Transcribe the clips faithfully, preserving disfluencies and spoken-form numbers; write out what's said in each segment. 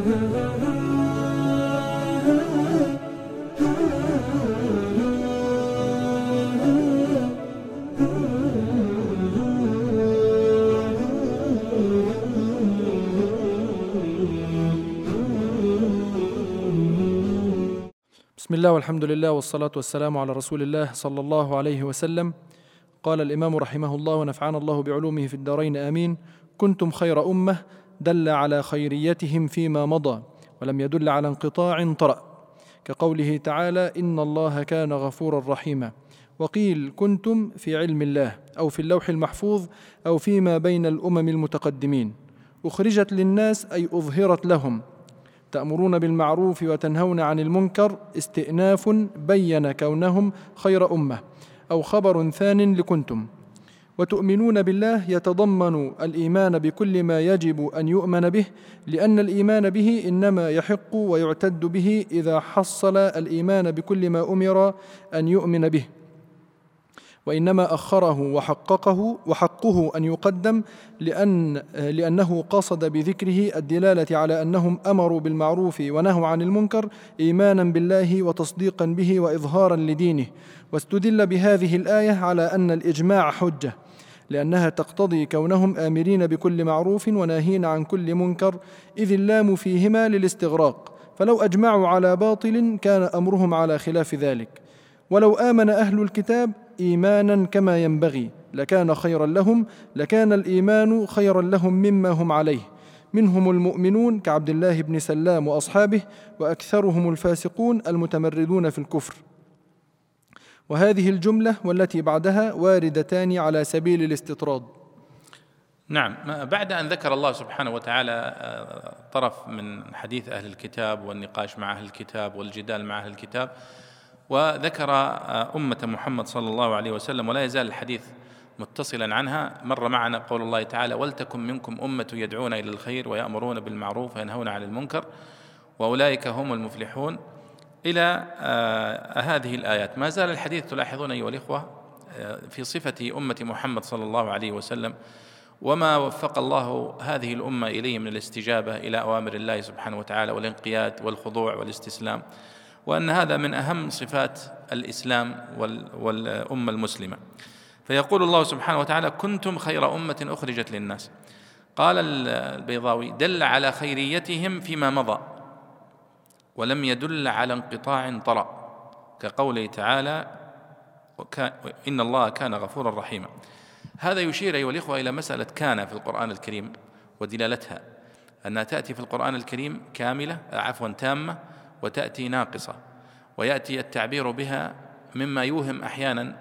بسم الله والحمد لله والصلاة والسلام على رسول الله صلى الله عليه وسلم. قال الإمام رحمه الله ونفعنا الله بعلومه في الدارين آمين: كنتم خير أمة دل على خيريتهم فيما مضى ولم يدل على انقطاع طرأ، كقوله تعالى: إن الله كان غفورا رحيما. وقيل كنتم في علم الله أو في اللوح المحفوظ أو فيما بين الأمم المتقدمين. أخرجت للناس أي أظهرت لهم. تأمرون بالمعروف وتنهون عن المنكر استئناف بين كونهم خير أمة، أو خبر ثان لكنتم. وتؤمنون بالله يتضمن الإيمان بكل ما يجب أن يؤمن به، لأن الإيمان به إنما يحق ويعتد به إذا حصل الإيمان بكل ما أمر أن يؤمن به، وإنما أخره وحققه وحقه أن يقدم لأن لأنه قصد بذكره الدلالة على أنهم أمروا بالمعروف ونهوا عن المنكر إيمانا بالله وتصديقا به وإظهارا لدينه. واستدل بهذه الآية على أن الإجماع حجة، لأنها تقتضي كونهم آمرين بكل معروف وناهين عن كل منكر، إذ اللام فيهما للاستغراق، فلو أجمعوا على باطل كان أمرهم على خلاف ذلك. ولو آمن أهل الكتاب إيمانا كما ينبغي لكان خيرا لهم، لكان الإيمان خيرا لهم مما هم عليه، منهم المؤمنون كعبد الله بن سلام وأصحابه، وأكثرهم الفاسقون المتمردون في الكفر. وهذه الجملة والتي بعدها واردتان على سبيل الاستطراد. نعم، بعد أن ذكر الله سبحانه وتعالى طرف من حديث أهل الكتاب والنقاش مع أهل الكتاب والجدال مع أهل الكتاب، وذكر أمة محمد صلى الله عليه وسلم، ولا يزال الحديث متصلا عنها، مر معنا قول الله تعالى: ولتكن منكم أمة يدعون إلى الخير ويأمرون بالمعروف وينهون عن المنكر وأولئك هم المفلحون، إلى آه هذه الآيات. ما زال الحديث تلاحظون أيها الإخوة آه في صفة أمة محمد صلى الله عليه وسلم، وما وفق الله هذه الأمة إليه من الاستجابة إلى أوامر الله سبحانه وتعالى والانقياد والخضوع والاستسلام، وأن هذا من أهم صفات الإسلام والأمة المسلمة. فيقول الله سبحانه وتعالى: كنتم خير أمة أخرجت للناس. قال البيضاوي: دل على خيريتهم فيما مضى ولم يدل على انقطاع طرأ، كقوله تعالى: إن الله كان غفورا رحيما. هذا يشير أيها الإخوة إلى مسألة كان في القرآن الكريم ودلالتها، أنها تأتي في القرآن الكريم كاملة عفوا تامة، وتأتي ناقصة، ويأتي التعبير بها مما يوهم أحيانا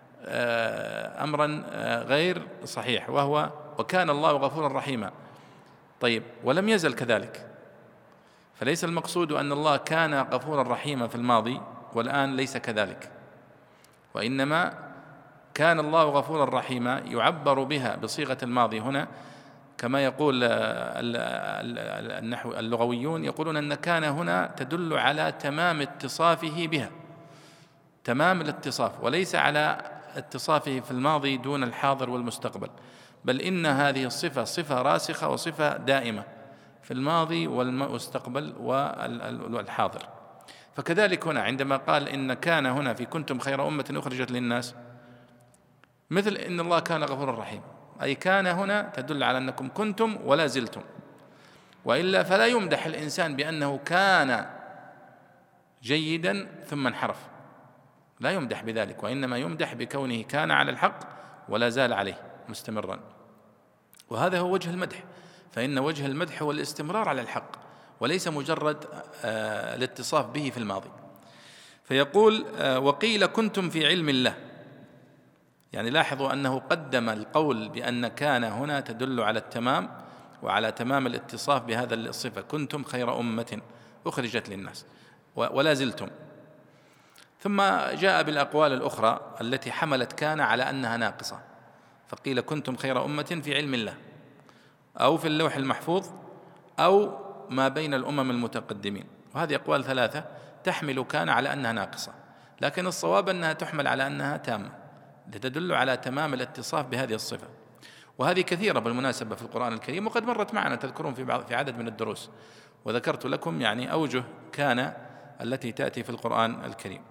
أمرا غير صحيح، وهو وكان الله غفورا رحيما. طيب، ولم يزل كذلك، فليس المقصود أن الله كان غفورا رحيما في الماضي والآن ليس كذلك، وإنما كان الله غفورا رحيما يعبر بها بصيغة الماضي هنا، كما يقول النحو اللغويون، يقولون أن كان هنا تدل على تمام اتصافه بها، تمام الاتصاف، وليس على اتصافه في الماضي دون الحاضر والمستقبل، بل إن هذه الصفة صفة راسخة وصفة دائمة في الماضي والمستقبل والحاضر. فكذلك هنا عندما قال إن كان هنا في كنتم خير أمة أخرجت للناس، مثل إن الله كان غفورا رحيما، أي كان هنا تدل على أنكم كنتم ولا زلتم، وإلا فلا يمدح الإنسان بأنه كان جيدا ثم انحرف، لا يمدح بذلك، وإنما يمدح بكونه كان على الحق ولا زال عليه مستمرا، وهذا هو وجه المدح. فإن وجه المدح هو الاستمرار على الحق، وليس مجرد آه الاتصاف به في الماضي. فيقول آه وقيل كنتم في علم الله، يعني لاحظوا أنه قدم القول بأن كان هنا تدل على التمام وعلى تمام الاتصاف بهذا الصفة، كنتم خير أمة أخرجت للناس ولا زلتم. ثم جاء بالأقوال الأخرى التي حملت كان على أنها ناقصة، فقيل كنتم خير أمة في علم الله أو في اللوح المحفوظ أو ما بين الأمم المتقدمين، وهذه أقوال ثلاثة تحمل كان على أنها ناقصة، لكن الصواب أنها تحمل على أنها تامة، لتدل على تمام الاتصاف بهذه الصفة. وهذه كثيرة بالمناسبة في القرآن الكريم، وقد مرت معنا تذكرون في بعض في عدد من الدروس. وذكرت لكم يعني أوجه كان التي تأتي في القرآن الكريم.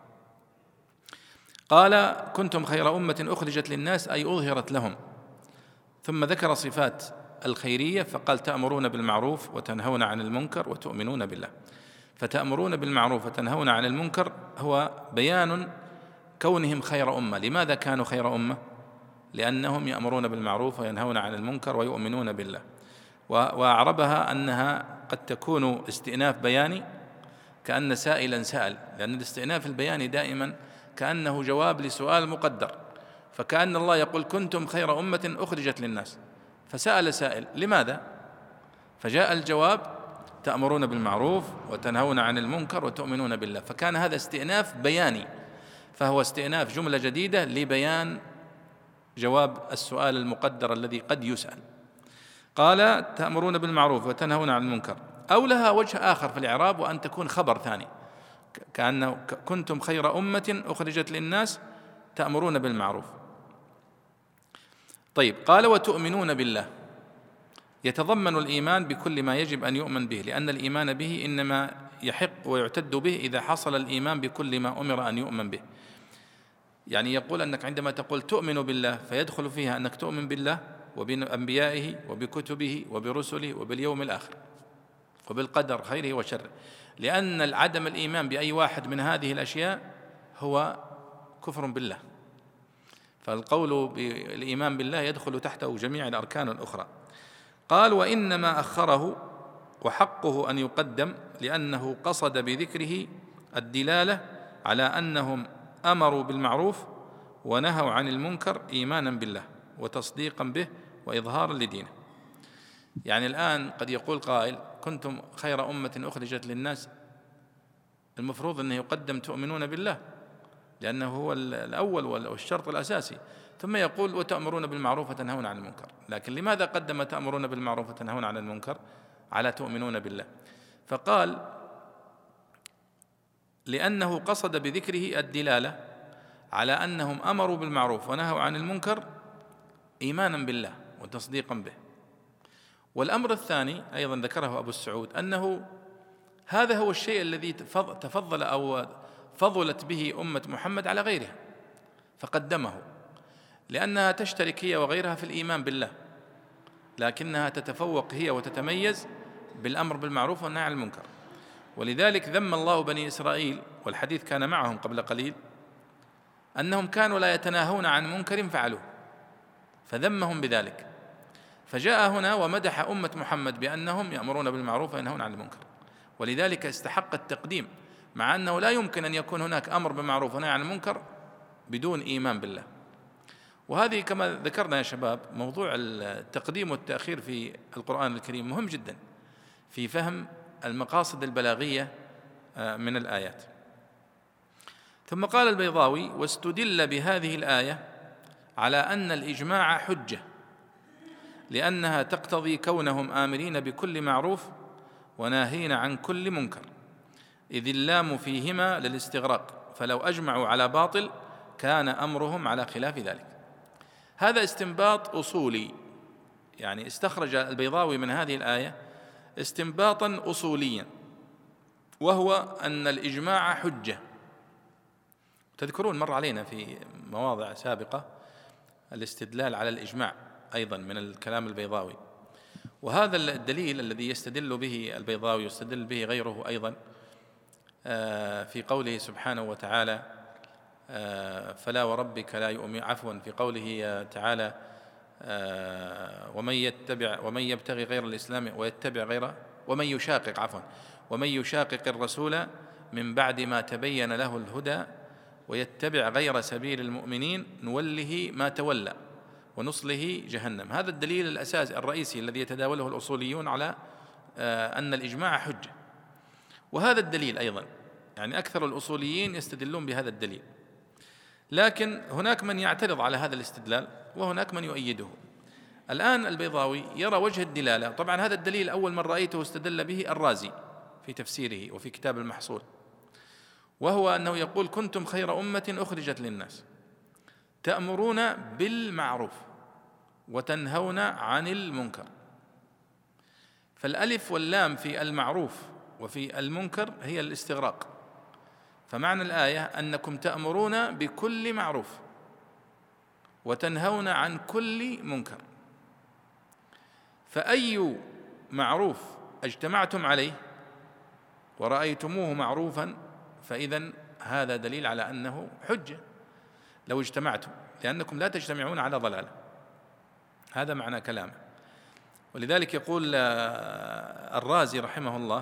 قال كنتم خير أمة أخرجت للناس أي أظهرت لهم، ثم ذكر صفات الخيرية فقال تأمرون بالمعروف وتنهون عن المنكر وتؤمنون بالله. فتأمرون بالمعروف وتنهون عن المنكر هو بيان كونهم خير أمة. لماذا كانوا خير أمة؟ لأنهم يأمرون بالمعروف وينهون عن المنكر ويؤمنون بالله. وأعربها أنها قد تكون استئناف بياني كأن سائلا سأل، لأن الاستئناف البياني دائما كأنه جواب لسؤال مقدر، فكأن الله يقول كنتم خير أمة أخرجت للناس، فسأل سائل لماذا؟ فجاء الجواب تأمرون بالمعروف وتنهون عن المنكر وتؤمنون بالله، فكان هذا استئناف بياني، فهو استئناف جملة جديدة لبيان جواب السؤال المقدر الذي قد يسأل. قال تأمرون بالمعروف وتنهون عن المنكر، أو لها وجه آخر في الإعراب وأن تكون خبر ثاني، كأنه كنتم خير أمة أخرجت للناس تأمرون بالمعروف. طيب، قال وتؤمنون بالله، يتضمن الإيمان بكل ما يجب أن يؤمن به، لأن الإيمان به إنما يحق ويعتد به إذا حصل الإيمان بكل ما أمر أن يؤمن به. يعني يقول أنك عندما تقول تؤمن بالله فيدخل فيها أنك تؤمن بالله وبأنبيائه وبكتبه وبرسله وباليوم الآخر وبالقدر خيره وشره، لأن العدم الإيمان بأي واحد من هذه الأشياء هو كفر بالله، فالقول بالإيمان بالله يدخل تحته جميع الأركان الأخرى. قال وإنما أخره وحقه أن يقدم لأنه قصد بذكره الدلالة على أنهم أمروا بالمعروف ونهوا عن المنكر إيمانا بالله وتصديقا به وإظهارا لدينه. يعني الآن قد يقول قائل كنتم خير أمة أخرجت للناس، المفروض أنه يقدم تؤمنون بالله لأنه هو الأول والشرط الأساسي، ثم يقول وتأمرون بالمعروف وتنهون عن المنكر. لكن لماذا قدم تأمرون بالمعروف وتنهون عن المنكر على تؤمنون بالله؟ فقال لأنه قصد بذكره الدلالة على أنهم أمروا بالمعروف ونهوا عن المنكر إيمانا بالله وتصديقا به. والأمر الثاني أيضا ذكره أبو السعود أنه هذا هو الشيء الذي تفضل أو فضلت به أمة محمد على غيرها فقدمه، لأنها تشترك هي وغيرها في الإيمان بالله، لكنها تتفوق هي وتتميز بالأمر بالمعروف والنهي عن المنكر. ولذلك ذم الله بني إسرائيل، والحديث كان معهم قبل قليل، أنهم كانوا لا يتناهون عن منكر فعلوه، فذمهم بذلك. فجاء هنا ومدح أمة محمد بأنهم يأمرون بالمعروف وينهون عن المنكر، ولذلك استحق التقديم، مع أنه لا يمكن أن يكون هناك أمر بالمعروف ونهي عن المنكر بدون إيمان بالله. وهذه كما ذكرنا يا شباب موضوع التقديم والتأخير في القرآن الكريم مهم جدا في فهم المقاصد البلاغية من الآيات. ثم قال البيضاوي واستدل بهذه الآية على أن الإجماع حجة، لأنها تقتضي كونهم آمرين بكل معروف وناهين عن كل منكر، إذ اللام فيهما للاستغراق، فلو أجمعوا على باطل كان أمرهم على خلاف ذلك. هذا استنباط أصولي، يعني استخرج البيضاوي من هذه الآية استنباطا أصوليا، وهو أن الإجماع حجة. تذكرون مر علينا في مواضع سابقة الاستدلال على الإجماع أيضا من الكلام البيضاوي، وهذا الدليل الذي يستدل به البيضاوي يستدل به غيره أيضا في قوله سبحانه وتعالى فلا وربك لا يؤمن، عفوا في قوله تعالى ومن يتبع ومن يبتغي غير الإسلام ويتبع غير ومن يشاقق عفوا ومن يشاقق الرسول من بعد ما تبين له الهدى ويتبع غير سبيل المؤمنين نوله ما تولى ونصله جهنم. هذا الدليل الأساسي الرئيسي الذي يتداوله الأصوليون على أن الإجماع حجة. وهذا الدليل أيضا يعني أكثر الأصوليين يستدلون بهذا الدليل، لكن هناك من يعترض على هذا الاستدلال وهناك من يؤيده. الآن البيضاوي يرى وجه الدلالة، طبعا هذا الدليل أول من رأيته استدل به الرازي في تفسيره وفي كتاب المحصول، وهو أنه يقول كنتم خير أمة أخرجت للناس تأمرون بالمعروف وتنهون عن المنكر. فالألف واللام في المعروف وفي المنكر هي الاستغراق، فمعنى الآية أنكم تأمرون بكل معروف وتنهون عن كل منكر، فأي معروف اجتمعتم عليه ورأيتموه معروفا فإذن هذا دليل على أنه حجة لو اجتمعتم، لأنكم لا تجتمعون على ضلالة. هذا معنى كلامه. ولذلك يقول الرازي رحمه الله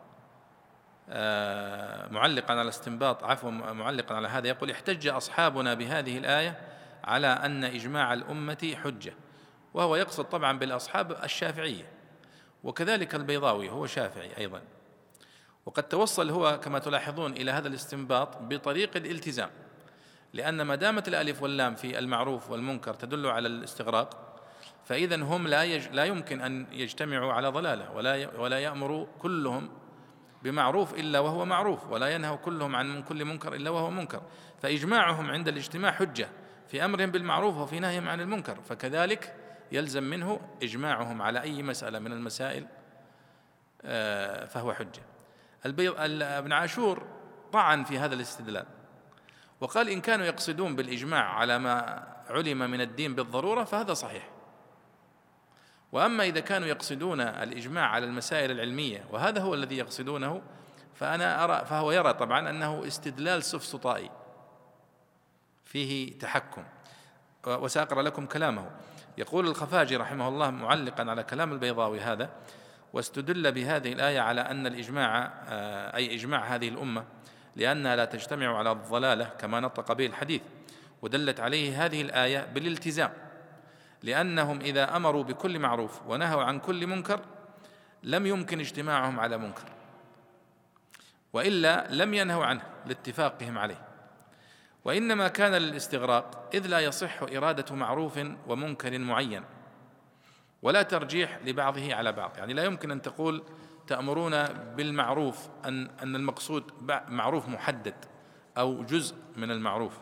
معلقا على استنباط عفوا معلقا على هذا، يقول: احتج أصحابنا بهذه الآية على أن إجماع الأمة حجة، وهو يقصد طبعا بالأصحاب الشافعية، وكذلك البيضاوي هو شافعي أيضا. وقد توصل هو كما تلاحظون إلى هذا الاستنباط بطريق الالتزام، لأن ما دامت الألف واللام في المعروف والمنكر تدل على الاستغراق، فإذن هم لا يج... لا يمكن أن يجتمعوا على ضلالة، ولا ي... ولا يأمروا كلهم بمعروف إلا وهو معروف، ولا ينهوا كلهم عن من كل منكر إلا وهو منكر، فإجماعهم عند الاجتماع حجة في أمرهم بالمعروف وفي نهيهم عن المنكر، فكذلك يلزم منه إجماعهم على أي مسألة من المسائل فهو حجة. البيض... ابن عاشور طعن في هذا الاستدلال وقال: إن كانوا يقصدون بالإجماع على ما علم من الدين بالضرورة فهذا صحيح، وأما إذا كانوا يقصدون الإجماع على المسائل العلمية وهذا هو الذي يقصدونه فأنا أرى فهو يرى طبعا أنه استدلال سفسطائي فيه تحكم. وسأقرأ لكم كلامه. يقول الخفاجي رحمه الله معلقا على كلام البيضاوي هذا: واستدل بهذه الآية على أن الإجماع أي إجماع هذه الأمة لأنها لا تجتمع على الضلالة كما نطق به الحديث، ودلت عليه هذه الآية بالالتزام، لأنهم إذا أمروا بكل معروف ونهوا عن كل منكر لم يمكن اجتماعهم على منكر، وإلا لم ينهوا عنه لاتفاقهم عليه، وإنما كان للاستغراق، إذ لا يصح إرادة معروف ومنكر معين ولا ترجيح لبعضه على بعض. يعني لا يمكن أن تقول تأمرون بالمعروف أن أن المقصود معروف محدد أو جزء من المعروف.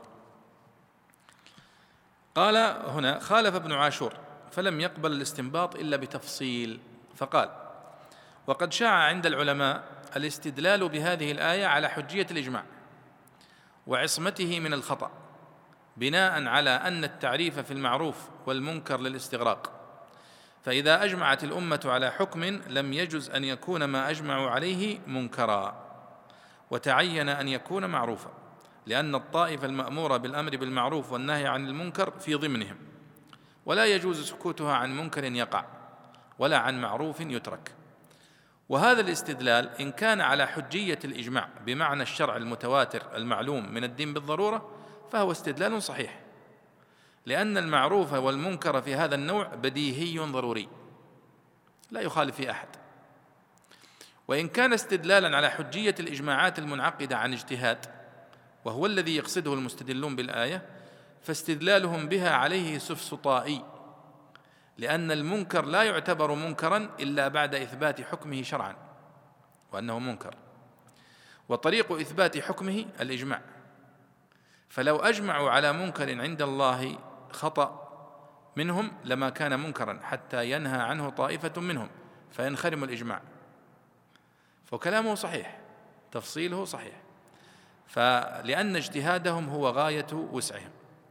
قال هنا: خالف ابن عاشور فلم يقبل الاستنباط إلا بتفصيل، فقال: وقد شاع عند العلماء الاستدلال بهذه الآية على حجية الإجماع وعصمته من الخطأ، بناء على أن التعريف في المعروف والمنكر للاستغراق، فإذا أجمعت الأمة على حكم لم يجز أن يكون ما أجمعوا عليه منكرا، وتعين أن يكون معروفا، لأن الطائفة المأمورة بالأمر بالمعروف والنهي عن المنكر في ضمنهم، ولا يجوز سكوتها عن منكر يقع ولا عن معروف يترك. وهذا الاستدلال إن كان على حجية الإجماع بمعنى الشرع المتواتر المعلوم من الدين بالضرورة فهو استدلال صحيح، لأن المعروف والمنكر في هذا النوع بديهي ضروري لا يخالف فيه أحد. وإن كان استدلالا على حجية الإجماعات المنعقدة عن اجتهاد، وهو الذي يقصده المستدلون بالآية، فاستدلالهم بها عليه سفسطائي، لأن المنكر لا يعتبر منكرا إلا بعد إثبات حكمه شرعا وأنه منكر، وطريق إثبات حكمه الإجماع، فلو أجمعوا على منكر عند الله خطأ منهم لما كان منكرا حتى ينهى عنه طائفة منهم فينخرم الإجماع. فكلامه صحيح، تفصيله صحيح، فلأن اجتهادهم هو غاية وسعهم.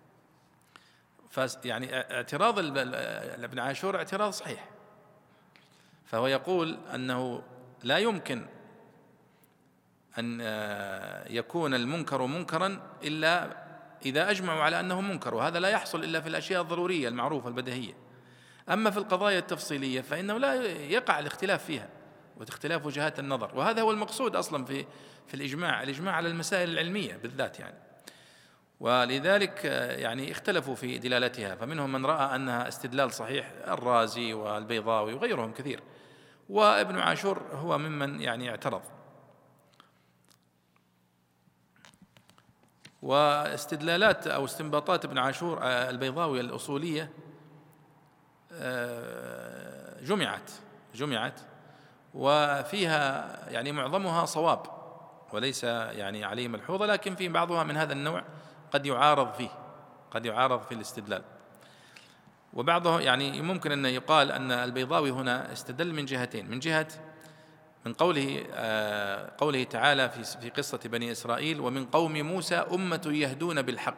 يعني اعتراض ابن عاشور اعتراض صحيح، فهو يقول أنه لا يمكن أن يكون المنكر منكرا إلا إذا أجمعوا على أنه منكر، وهذا لا يحصل إلا في الأشياء الضرورية المعروفة البديهية. أما في القضايا التفصيلية فإنه لا يقع الاختلاف فيها واختلاف وجهات النظر، وهذا هو المقصود أصلا في في الإجماع الإجماع على المسائل العلمية بالذات يعني. ولذلك يعني اختلفوا في دلالتها، فمنهم من رأى أنها استدلال صحيح، الرازي والبيضاوي وغيرهم كثير، وابن عاشور هو ممن يعني اعترض. واستدلالات أو استنباطات ابن عاشور البيضاوي الأصولية جمعت جمعت وفيها يعني معظمها صواب وليس يعني عليه ملحوظة، لكن في بعضها من هذا النوع قد يعارض فيه قد يعارض في الاستدلال. وبعضه يعني ممكن أن يقال أن البيضاوي هنا استدل من جهتين، من جهة من قوله آه قوله تعالى في في قصة بني إسرائيل: ومن قوم موسى أمة يهدون بالحق،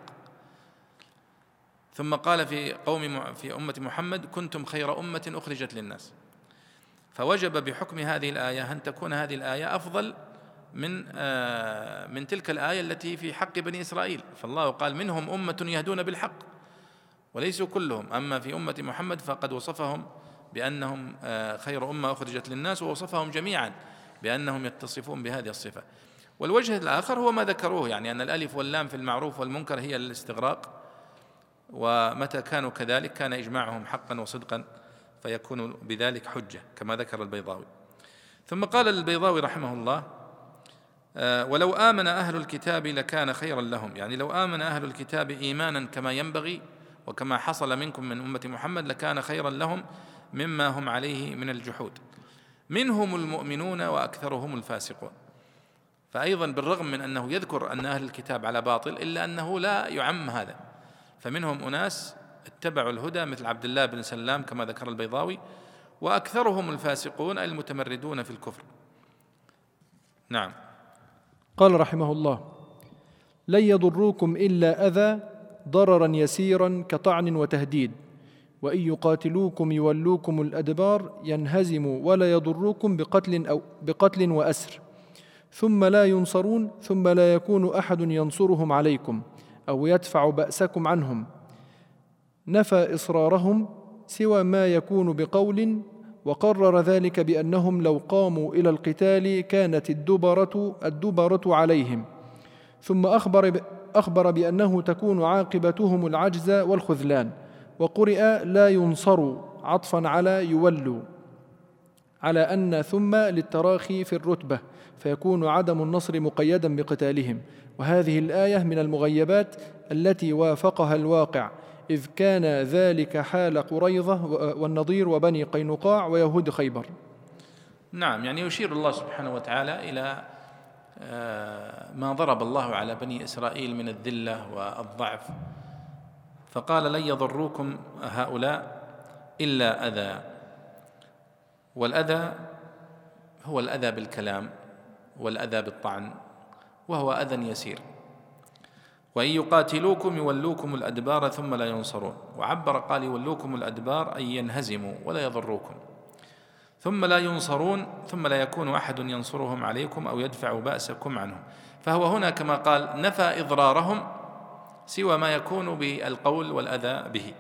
ثم قال في قوم في أمة محمد: كنتم خير أمة أخرجت للناس. فوجب بحكم هذه الآية أن تكون هذه الآية أفضل من آه من تلك الآية التي في حق بني إسرائيل، فالله قال: منهم أمة يهدون بالحق، وليسوا كلهم. أما في أمة محمد فقد وصفهم بأنهم خير أمة أخرجت للناس، ووصفهم جميعا بأنهم يتصفون بهذه الصفة. والوجه الآخر هو ما ذكروه، يعني أن الألف واللام في المعروف والمنكر هي الاستغراق، ومتى كانوا كذلك كان إجماعهم حقا وصدقا، فيكون بذلك حجة كما ذكر البيضاوي. ثم قال البيضاوي رحمه الله: ولو آمن أهل الكتاب لكان خيرا لهم، يعني لو آمن أهل الكتاب إيمانا كما ينبغي وكما حصل منكم من أمة محمد لكان خيرا لهم مما هم عليه من الجحود، منهم المؤمنون وأكثرهم الفاسقون. فأيضا بالرغم من أنه يذكر أن أهل الكتاب على باطل إلا أنه لا يعم هذا، فمنهم أناس اتبعوا الهدى مثل عبد الله بن سلام كما ذكر البيضاوي، وأكثرهم الفاسقون المتمردون في الكفر. نعم. قال رحمه الله: لن يضروكم إلا أذى ضررا يسيرا كطعن وتهديد، وإن يقاتلوكم يولوكم الأدبار ينهزموا ولا يضروكم بقتل أو بقتل وأسر، ثم لا ينصرون، ثم لا يكون أحد ينصرهم عليكم أو يدفع بأسكم عنهم. نفى إصرارهم سوى ما يكون بقول، وقرر ذلك بأنهم لو قاموا إلى القتال كانت الدبرة الدبرة عليهم، ثم أخبر أخبر بأنه تكون عاقبتهم العجز والخذلان. وقرئ لا ينصروا عطفا على يولوا، على أن ثم للتراخي في الرتبة، فيكون عدم النصر مقيدا بقتالهم. وهذه الآية من المغيبات التي وافقها الواقع، إذ كان ذلك حال قريظة والنضير وبني قينقاع ويهود خيبر. نعم، يعني يشير الله سبحانه وتعالى إلى ما ضرب الله على بني إسرائيل من الذلة والضعف، فقال: لن يضروكم هؤلاء إلا أذى. والأذى هو الأذى بالكلام والأذى بالطعن، وهو أذى يسير. وإن يقاتلوكم يولوكم الأدبار ثم لا ينصرون، وعبر قال: يولوكم الأدبار أي ينهزموا ولا يضروكم، ثم لا ينصرون، ثم لا يكون أحد ينصرهم عليكم أو يدفع بأسكم عنهم. فهو هنا كما قال نفى إضرارهم سوى ما يكون بالقول والأذى به.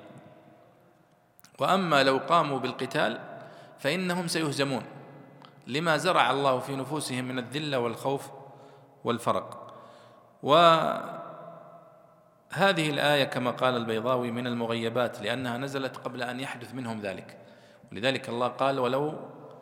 وأما لو قاموا بالقتال فإنهم سيهزمون، لما زرع الله في نفوسهم من الذلة والخوف والفرق. وهذه الآية كما قال البيضاوي من المغيبات، لأنها نزلت قبل أن يحدث منهم ذلك، ولذلك الله قال: ولو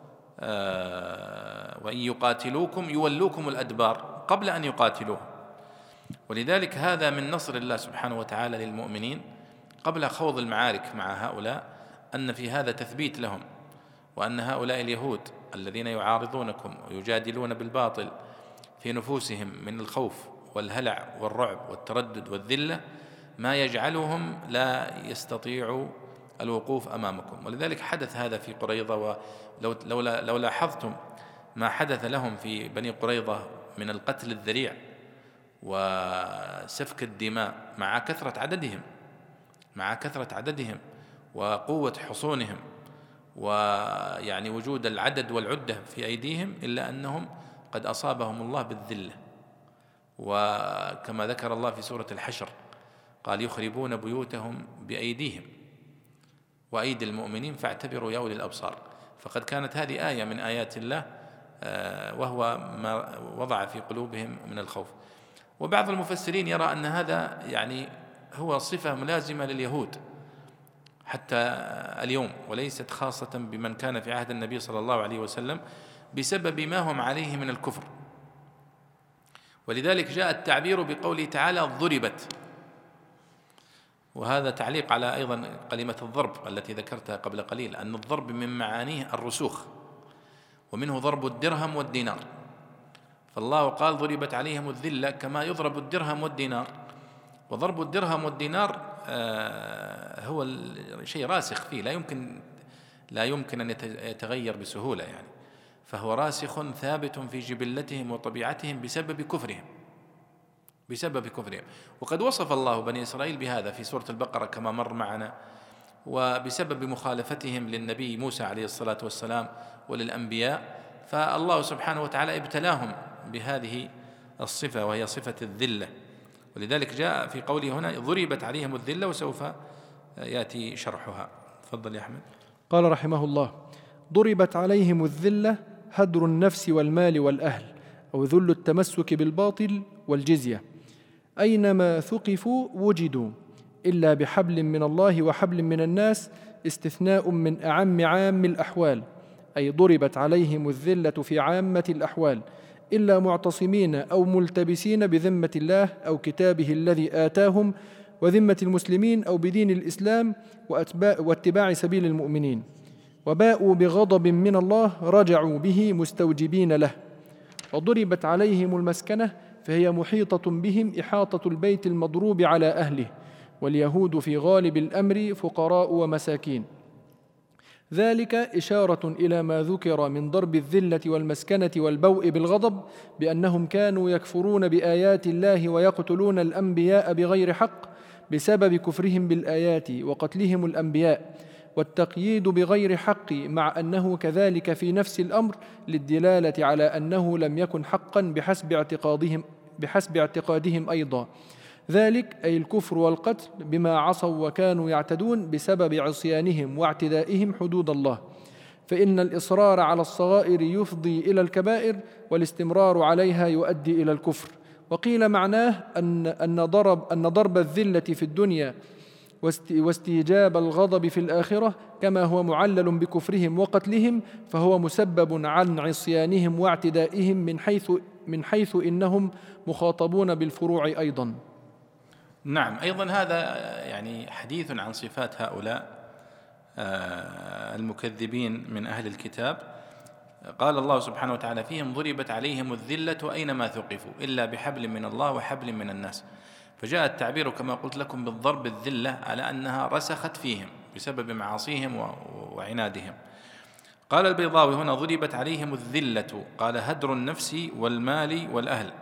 آه وإن يقاتلوكم يولوكم الأدبار، قبل أن يقاتلوهم. ولذلك هذا من نصر الله سبحانه وتعالى للمؤمنين قبل خوض المعارك مع هؤلاء، أن في هذا تثبيت لهم، وأن هؤلاء اليهود الذين يعارضونكم ويجادلون بالباطل في نفوسهم من الخوف والهلع والرعب والتردد والذلة ما يجعلهم لا يستطيعوا الوقوف أمامكم. ولذلك حدث هذا في قريظة. ولو لو لو لاحظتم ما حدث لهم في بني قريظة من القتل الذريع وسفك الدماء مع كثرة عددهم مع كثرة عددهم وقوة حصونهم ويعني وجود العدد والعدة في أيديهم، إلا أنهم قد أصابهم الله بالذلة. وكما ذكر الله في سورة الحشر قال: يخربون بيوتهم بأيديهم وأيدي المؤمنين فاعتبروا يا أولي الأبصار. فقد كانت هذه آية من آيات الله، وهو ما وضع في قلوبهم من الخوف. وبعض المفسرين يرى أن هذا يعني هو صفة ملازمة لليهود حتى اليوم، وليست خاصة بمن كان في عهد النبي صلى الله عليه وسلم، بسبب ما هم عليه من الكفر. ولذلك جاء التعبير بقوله تعالى: ضربت، وهذا تعليق على أيضا كلمة الضرب التي ذكرتها قبل قليل، أن الضرب من معانيه الرسوخ، ومنه ضرب الدرهم والدينار. فالله قال: ضربت عليهم الذلة كما يضرب الدرهم والدينار. وضرب الدرهم والدينار هو شيء راسخ فيه، لا يمكن لا يمكن أن يتغير بسهولة يعني، فهو راسخ ثابت في جبلتهم وطبيعتهم بسبب كفرهم بسبب كفرهم وقد وصف الله بني إسرائيل بهذا في سورة البقرة كما مر معنا، وبسبب مخالفتهم للنبي موسى عليه الصلاة والسلام وللأنبياء، فالله سبحانه وتعالى ابتلاهم بهذه الصفة وهي صفة الذلة. ولذلك جاء في قوله هنا ضربت عليهم الذلة، وسوف يأتي شرحها. تفضل يا أحمد. قال رحمه الله: ضربت عليهم الذلة هدر النفس والمال والأهل، أو ذل التمسك بالباطل والجزية. أينما ثقفوا وجدوا إلا بحبل من الله وحبل من الناس، استثناء من أعم عام الأحوال، أي ضربت عليهم الذلة في عامة الأحوال إلا معتصمين أو ملتبسين بذمة الله أو كتابه الذي آتاهم وذمة المسلمين أو بدين الإسلام واتباع سبيل المؤمنين، وباءوا بغضب من الله رجعوا به مستوجبين له. وضربت عليهم المسكنة فهي محيطة بهم إحاطة البيت المضروب على أهله، واليهود في غالب الأمر فقراء ومساكين. ذلك إشارة إلى ما ذكر من ضرب الذلة والمسكنة والبوء بالغضب، بأنهم كانوا يكفرون بآيات الله ويقتلون الأنبياء بغير حق بسبب كفرهم بالآيات وقتلهم الأنبياء، والتقييد بغير حق مع أنه كذلك في نفس الأمر للدلالة على أنه لم يكن حقا بحسب اعتقادهم, بحسب اعتقادهم أيضا. ذلك أي الكفر والقتل بما عصوا وكانوا يعتدون بسبب عصيانهم واعتدائهم حدود الله، فإن الإصرار على الصغائر يفضي إلى الكبائر، والاستمرار عليها يؤدي إلى الكفر. وقيل معناه أن أن ضرب أن ضرب الذلة في الدنيا واستيجاب الغضب في الآخرة كما هو معلل بكفرهم وقتلهم، فهو مسبب عن عصيانهم واعتدائهم من حيث من حيث إنهم مخاطبون بالفروع أيضا. نعم، أيضا هذا يعني حديث عن صفات هؤلاء المكذبين من أهل الكتاب. قال الله سبحانه وتعالى فيهم: ضربت عليهم الذلة أينما ثقفوا إلا بحبل من الله وحبل من الناس. فجاء التعبير كما قلت لكم بالضرب الذلة على أنها رسخت فيهم بسبب معاصيهم وعنادهم. قال البيضاوي هنا: ضربت عليهم الذلة، قال هدر النفس والمال والأهل،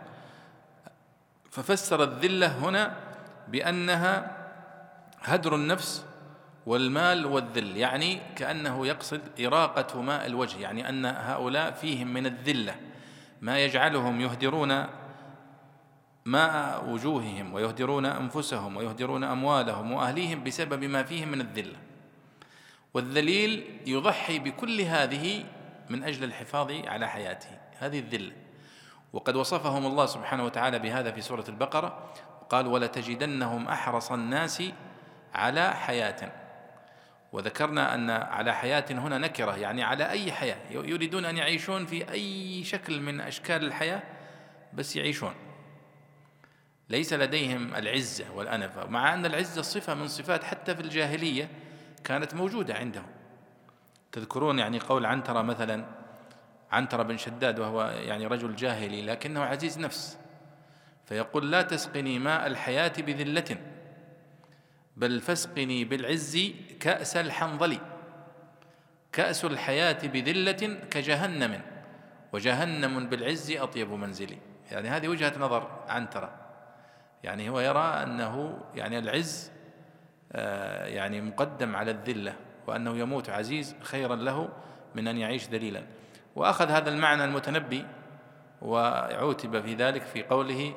ففسر الذلة هنا بأنها هدر النفس والمال والذل، يعني كأنه يقصد إراقة ماء الوجه، يعني أن هؤلاء فيهم من الذلة ما يجعلهم يهدرون ماء وجوههم ويهدرون أنفسهم ويهدرون أموالهم وأهليهم بسبب ما فيهم من الذلة. والذليل يضحي بكل هذه من أجل الحفاظ على حياته، هذه الذلة. وقد وصفهم الله سبحانه وتعالى بهذا في سورة البقرة، قال: ولتجدنهم أحرص الناس على حياة. وذكرنا أن على حياة هنا نكرة، يعني على أي حياة، يريدون أن يعيشون في أي شكل من أشكال الحياة بس يعيشون، ليس لديهم العزة والأنفة، مع أن العزة صفة من صفات حتى في الجاهلية كانت موجودة عندهم. تذكرون يعني قول عنترة مثلا، عنترة بن شداد وهو يعني رجل جاهلي لكنه عزيز نفس، فيقول: لا تسقني ماء الحياة بذلة، بل فاسقني بالعز كأس الحنظل، كأس الحياة بذلة كجهنم، وجهنم بالعز أطيب منزلي. يعني هذه وجهة نظر عنترة، يعني هو يرى أنه يعني العز يعني مقدم على الذلة، وأنه يموت عزيز خيرا له من أن يعيش ذليلا. وأخذ هذا المعنى المتنبي وعوتب في ذلك في قوله: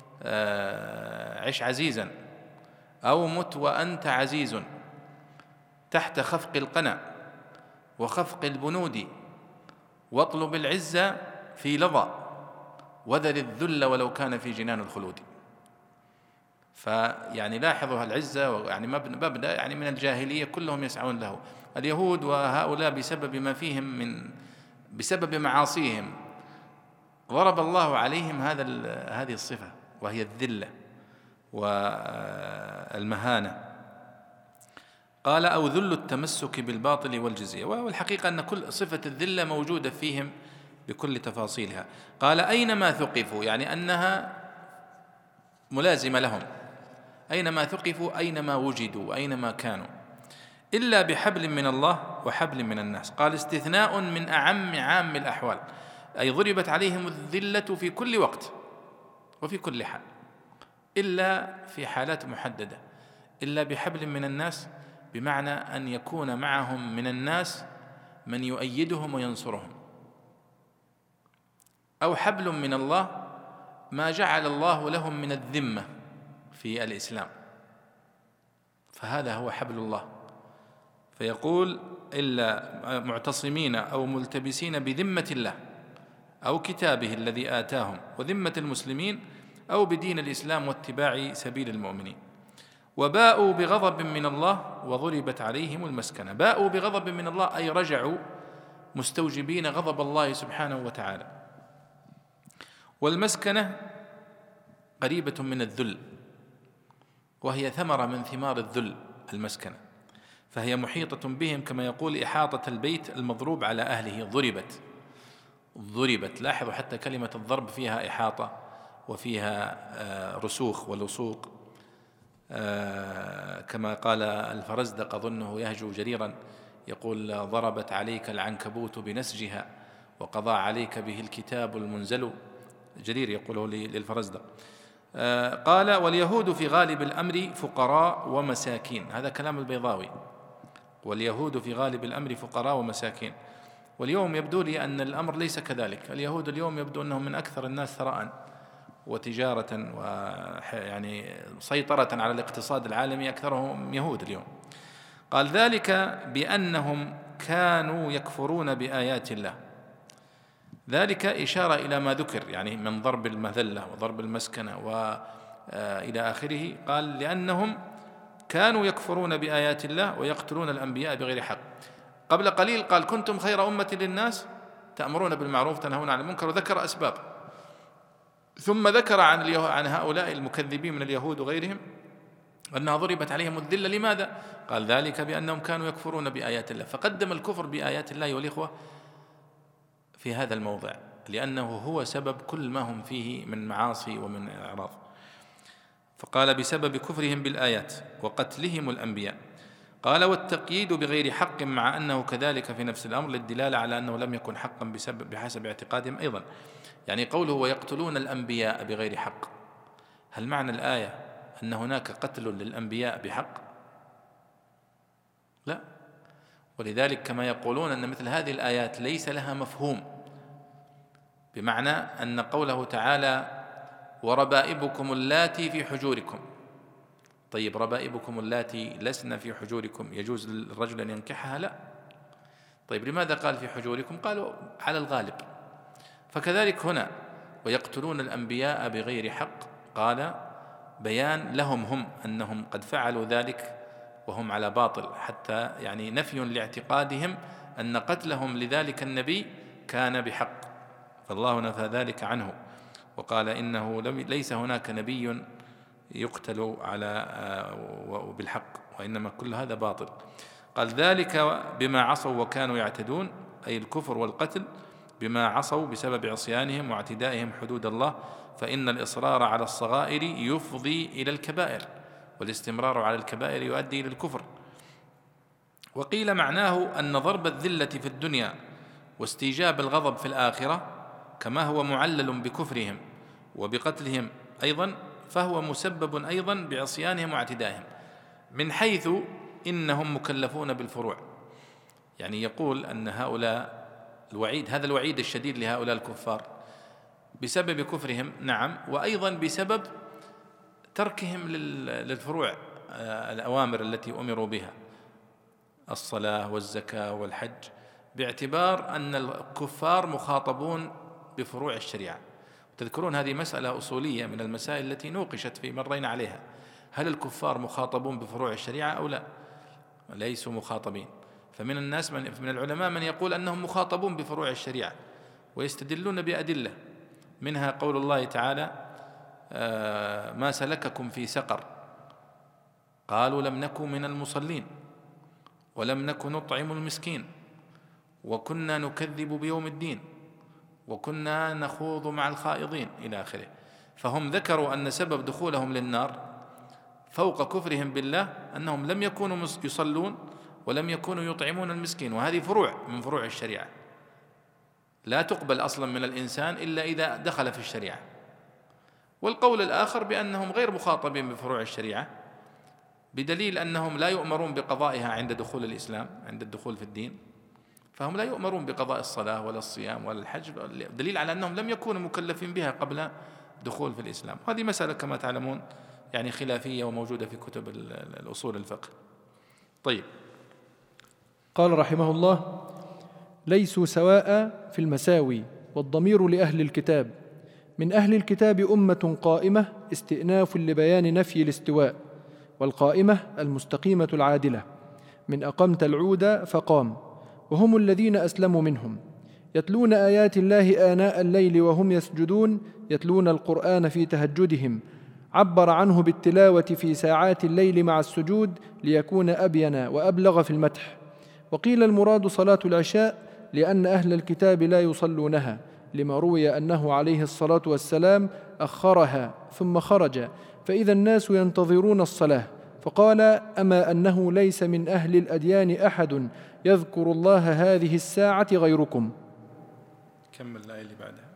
عش عزيزا أو مت وأنت عزيز، تحت خفق القنا وخفق البنود، واطلب العزة في لظى، وذل الذل ولو كان في جنان الخلود. فيعني لاحظوا العزة يعني مبدأ يعني من الجاهلية كلهم يسعون له. اليهود وهؤلاء بسبب ما فيهم من بسبب معاصيهم ضرب الله عليهم هذا هذه الصفة، وهي الذلة والمهانة. قال: أو ذل التمسك بالباطل والجزية. والحقيقة أن كل صفة الذلة موجودة فيهم بكل تفاصيلها. قال: أينما ثقفوا، يعني أنها ملازمة لهم، أينما ثقفوا أينما وجدوا أينما كانوا. إلا بحبل من الله وحبل من الناس. قال استثناء من أعم عام الأحوال، أي ضربت عليهم الذلة في كل وقت وفي كل حال، إلا في حالات محددة. إلا بحبل من الناس بمعنى أن يكون معهم من الناس من يؤيدهم وينصرهم، أو حبل من الله ما جعل الله لهم من الذمة في الإسلام، فهذا هو حبل الله. فيقول إلا معتصمين أو ملتبسين بذمة الله أو كتابه الذي آتاهم وذمة المسلمين أو بدين الإسلام واتباع سبيل المؤمنين. وباءوا بغضب من الله وضربت عليهم المسكنة. باءوا بغضب من الله أي رجعوا مستوجبين غضب الله سبحانه وتعالى. والمسكنة قريبة من الذل، وهي ثمرة من ثمار الذل المسكنة، فهي محيطة بهم كما يقول إحاطة البيت المضروب على أهله ضربت. ضربت، لاحظوا حتى كلمة الضرب فيها إحاطة وفيها رسوخ ولصوق، كما قال الفرزدق أظنه يهجو جريرا يقول ضربت عليك العنكبوت بنسجها وقضى عليك به الكتاب المنزل. جرير يقوله للفرزدق. قال واليهود في غالب الأمر فقراء ومساكين، هذا كلام البيضاوي. واليهود في غالب الأمر فقراء ومساكين. واليوم يبدو لي أن الأمر ليس كذلك. اليهود اليوم يبدو أنهم من أكثر الناس ثراء وتجارة ويعني سيطرة على الاقتصاد العالمي، أكثرهم يهود اليوم. قال ذلك بأنهم كانوا يكفرون بآيات الله. ذلك إشارة إلى ما ذكر يعني من ضرب المذلة وضرب المسكنة وإلى آخره. قال لأنهم كانوا يكفرون بآيات الله ويقتلون الأنبياء بغير حق. قبل قليل قال كنتم خير أمة للناس تأمرون بالمعروف تنهون عن المنكر، وذكر أسباب، ثم ذكر عن عن هؤلاء المكذبين من اليهود وغيرهم أنها ضربت عليهم الذلة. لماذا؟ قال ذلك بأنهم كانوا يكفرون بآيات الله. فقدم الكفر بآيات الله والإخوة في هذا الموضع لأنه هو سبب كل ما هم فيه من معاصي ومن إعراض. فقال بسبب كفرهم بالآيات وقتلهم الأنبياء. قال والتقييد بغير حق مع أنه كذلك في نفس الأمر للدلالة على أنه لم يكن حقا بسبب بحسب اعتقادهم أيضا. يعني قوله ويقتلون الأنبياء بغير حق، هل معنى الآية أن هناك قتل للأنبياء بحق؟ لا. ولذلك كما يقولون أن مثل هذه الآيات ليس لها مفهوم، بمعنى أن قوله تعالى وربائبكم اللاتي في حجوركم. طيب ربائبكم اللاتي لسن في حجوركم يجوز للرجل أن ينكحها؟ لا. طيب لماذا قال في حجوركم؟ قالوا على الغالب. فكذلك هنا ويقتلون الأنبياء بغير حق، قال بيان لهم هم أنهم قد فعلوا ذلك وهم على باطل، حتى يعني نفي لاعتقادهم أن قتلهم لذلك النبي كان بحق، فالله نفى ذلك عنه وقال إنه ليس هناك نبي يقتل على بالحق، وإنما كل هذا باطل. قال ذلك بما عصوا وكانوا يعتدون، أي الكفر والقتل بما عصوا بسبب عصيانهم واعتدائهم حدود الله، فإن الإصرار على الصغائر يفضي إلى الكبائر، والاستمرار على الكبائر يؤدي إلى الكفر. وقيل معناه أن ضرب الذلة في الدنيا واستيجاب الغضب في الآخرة كما هو معلل بكفرهم وبقتلهم أيضا، فهو مسبب أيضا بعصيانهم واعتدائهم، من حيث إنهم مكلفون بالفروع. يعني يقول أن هؤلاء الوعيد، هذا الوعيد الشديد لهؤلاء الكفار بسبب كفرهم، نعم، وأيضا بسبب تركهم للفروع الأوامر التي أمروا بها، الصلاة والزكاة والحج، باعتبار أن الكفار مخاطبون بفروع الشريعة. تذكرون هذه مسألة أصولية من المسائل التي نوقشت في مرين عليها، هل الكفار مخاطبون بفروع الشريعة أو لا؟ ليسوا مخاطبين. فمن الناس من, من العلماء من يقول أنهم مخاطبون بفروع الشريعة ويستدلون بأدلة، منها قول الله تعالى آه ما سلككم في سقر، قالوا لم نكن من المصلين ولم نكن نطعم المسكين وكنا نكذب بيوم الدين وكنا نخوض مع الخائضين إلى آخره. فهم ذكروا أن سبب دخولهم للنار فوق كفرهم بالله أنهم لم يكونوا يصلون ولم يكونوا يطعمون المسكين، وهذه فروع من فروع الشريعة لا تقبل أصلا من الإنسان إلا إذا دخل في الشريعة. والقول الآخر بأنهم غير مخاطبين بفروع الشريعة، بدليل أنهم لا يؤمرون بقضائها عند دخول الإسلام، عند الدخول في الدين، فهم لا يؤمرون بقضاء الصلاة ولا الصيام ولا الحج، دليل على أنهم لم يكونوا مكلفين بها قبل دخول في الإسلام. هذه مسألة كما تعلمون يعني خلافية وموجودة في كتب الأصول الفقه. طيب، قال رحمه الله: ليسوا سواء في المساوي، والضمير لأهل الكتاب. من أهل الكتاب أمة قائمة، استئناف لبيان نفي الاستواء، والقائمة المستقيمة العادلة، من أقمت العود فقام، وهم الذين أسلموا منهم، يتلون آيات الله آناء الليل وهم يسجدون، يتلون القرآن في تهجدهم. عبر عنه بالتلاوة في ساعات الليل مع السجود ليكون أبين وأبلغ في المدح. وقيل المراد صلاة العشاء، لأن أهل الكتاب لا يصلونها، لما روي أنه عليه الصلاة والسلام أخرها ثم خرج، فإذا الناس ينتظرون الصلاة، فقال: أما أنه ليس من أهل الأديان أحد يذكر الله هذه الساعة غيركم. كمل الآية اللي بعدها: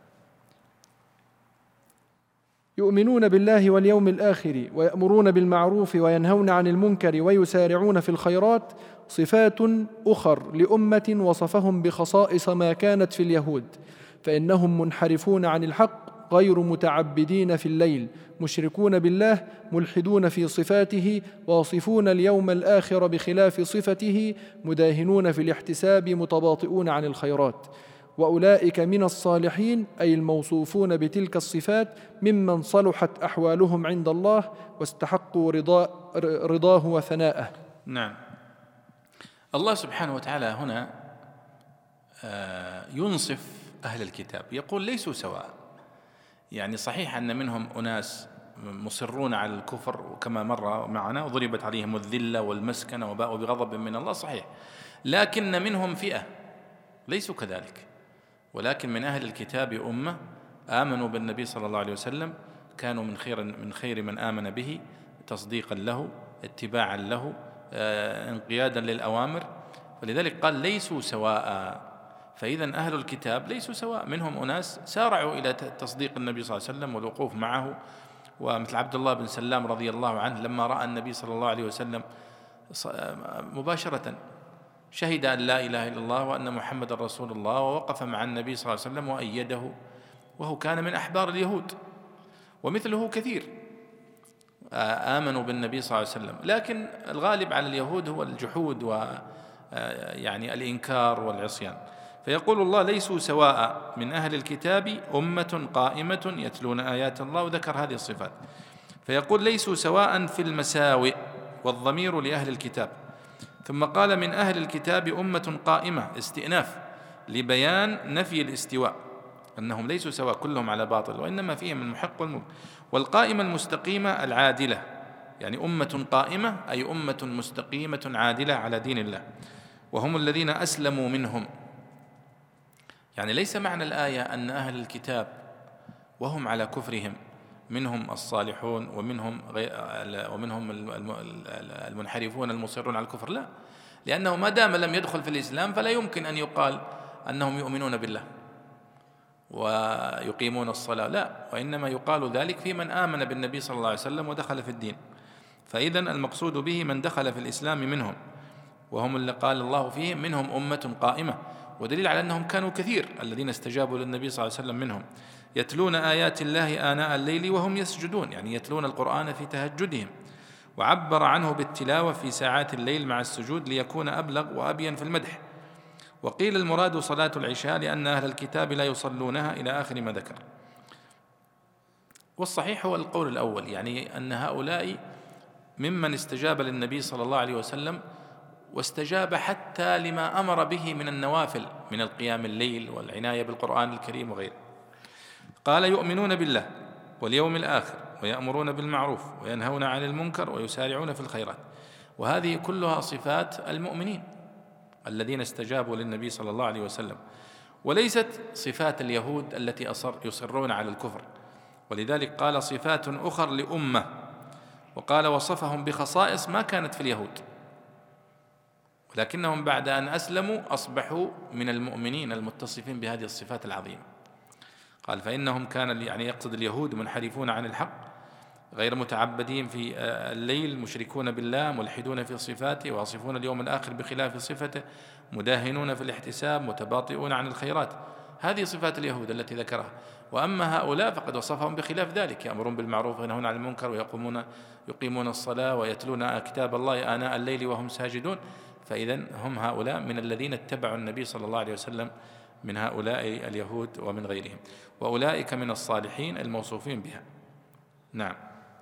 يؤمنون بالله واليوم الآخر، ويأمرون بالمعروف وينهون عن المنكر، ويسارعون في الخيرات. صفات أخر لأمة وصفهم بخصائص ما كانت في اليهود، فإنهم منحرفون عن الحق، غير متعبدين في الليل، مشركون بالله، ملحدون في صفاته، واصفون اليوم الآخر بخلاف صفته، مداهنون في الاحتساب، متباطئون عن الخيرات. وأولئك من الصالحين، أي الموصوفون بتلك الصفات، ممن صلحت أحوالهم عند الله واستحقوا رضا رضاه وثناءه. نعم. الله سبحانه وتعالى هنا ينصف أهل الكتاب، يقول ليسوا سواء. يعني صحيح أن منهم أناس مصرون على الكفر، وكما مر معنا وضربت عليهم الذلة والمسكنة وباءوا بغضب من الله، صحيح، لكن منهم فئة ليسوا كذلك. ولكن من أهل الكتاب أمة آمنوا بالنبي صلى الله عليه وسلم، كانوا من خير من خير من آمن به، تصديقا له، اتباعا له، انقيادا للأوامر، فلذلك قال ليسوا سواء. فإذا أهل الكتاب ليسوا سواء، منهم أناس سارعوا إلى تصديق النبي صلى الله عليه وسلم والوقوف معه، ومثل عبد الله بن سلام رضي الله عنه لما رأى النبي صلى الله عليه وسلم مباشرة شهد أن لا إله إلا الله وأن محمد رسول الله، ووقف مع النبي صلى الله عليه وسلم وأيده، وهو كان من أحبار اليهود. ومثله كثير آمنوا بالنبي صلى الله عليه وسلم، لكن الغالب على اليهود هو الجحود ويعني الإنكار والعصيان. فيقول الله ليسوا سواء، من أهل الكتاب أمة قائمة يتلون آيات الله، وذكر هذه الصفات. فيقول ليسوا سواء في المساوئ، والضمير لأهل الكتاب. ثم قال من أهل الكتاب أمة قائمة، استئناف لبيان نفي الاستواء، أنهم ليسوا سواء كلهم على باطل، وإنما فيهم المحق والمبطل. والقائمة المستقيمة العادلة، يعني أمة قائمة أي أمة مستقيمة عادلة على دين الله، وهم الذين أسلموا منهم. يعني ليس معنى الآية أن أهل الكتاب وهم على كفرهم منهم الصالحون ومنهم ومنهم المنحرفون المصرون على الكفر، لا، لأنه ما دام لم يدخل في الإسلام فلا يمكن أن يقال أنهم يؤمنون بالله ويقيمون الصلاة، لا، وإنما يقال ذلك في من آمن بالنبي صلى الله عليه وسلم ودخل في الدين. فإذا المقصود به من دخل في الإسلام منهم، وهم اللي قال الله فيهم منهم أمة قائمة، ودليل على أنهم كانوا كثير الذين استجابوا للنبي صلى الله عليه وسلم منهم، يتلون آيات الله آناء الليل وهم يسجدون، يعني يتلون القرآن في تهجدهم. وعبر عنه بالتلاوة في ساعات الليل مع السجود ليكون أبلغ وأبين في المدح. وقيل المراد صلاة العشاء، لأن أهل الكتاب لا يصلونها، إلى آخر ما ذكر. والصحيح هو القول الأول، يعني أن هؤلاء ممن استجاب للنبي صلى الله عليه وسلم، واستجاب حتى لما أمر به من النوافل من القيام الليل والعناية بالقرآن الكريم وغيره. قال يؤمنون بالله واليوم الآخر، ويأمرون بالمعروف وينهون عن المنكر، ويسارعون في الخيرات. وهذه كلها صفات المؤمنين الذين استجابوا للنبي صلى الله عليه وسلم، وليست صفات اليهود التي أصر يصرون على الكفر. ولذلك قال صفات أخر لأمة، وقال وصفهم بخصائص ما كانت في اليهود، ولكنهم بعد أن أسلموا أصبحوا من المؤمنين المتصفين بهذه الصفات العظيمة. قال فإنهم كان يعني يقصد اليهود منحرفون عن الحق غير متعبدين في الليل، مشركون بالله، ملحدون في صفاته، واصفون اليوم الآخر بخلاف صفته، مداهنون في الاحتساب، متباطئون عن الخيرات. هذه صفات اليهود التي ذكرها. وأما هؤلاء فقد وصفهم بخلاف ذلك، يأمرون بالمعروف وينهون عن المنكر ويقومون يقيمون الصلاة ويتلون كتاب الله آناء الليل وهم ساجدون. فإذن هم هؤلاء من الذين اتبعوا النبي صلى الله عليه وسلم من هؤلاء اليهود ومن غيرهم، وأولئك من الصالحين الموصوفين بها. نعم.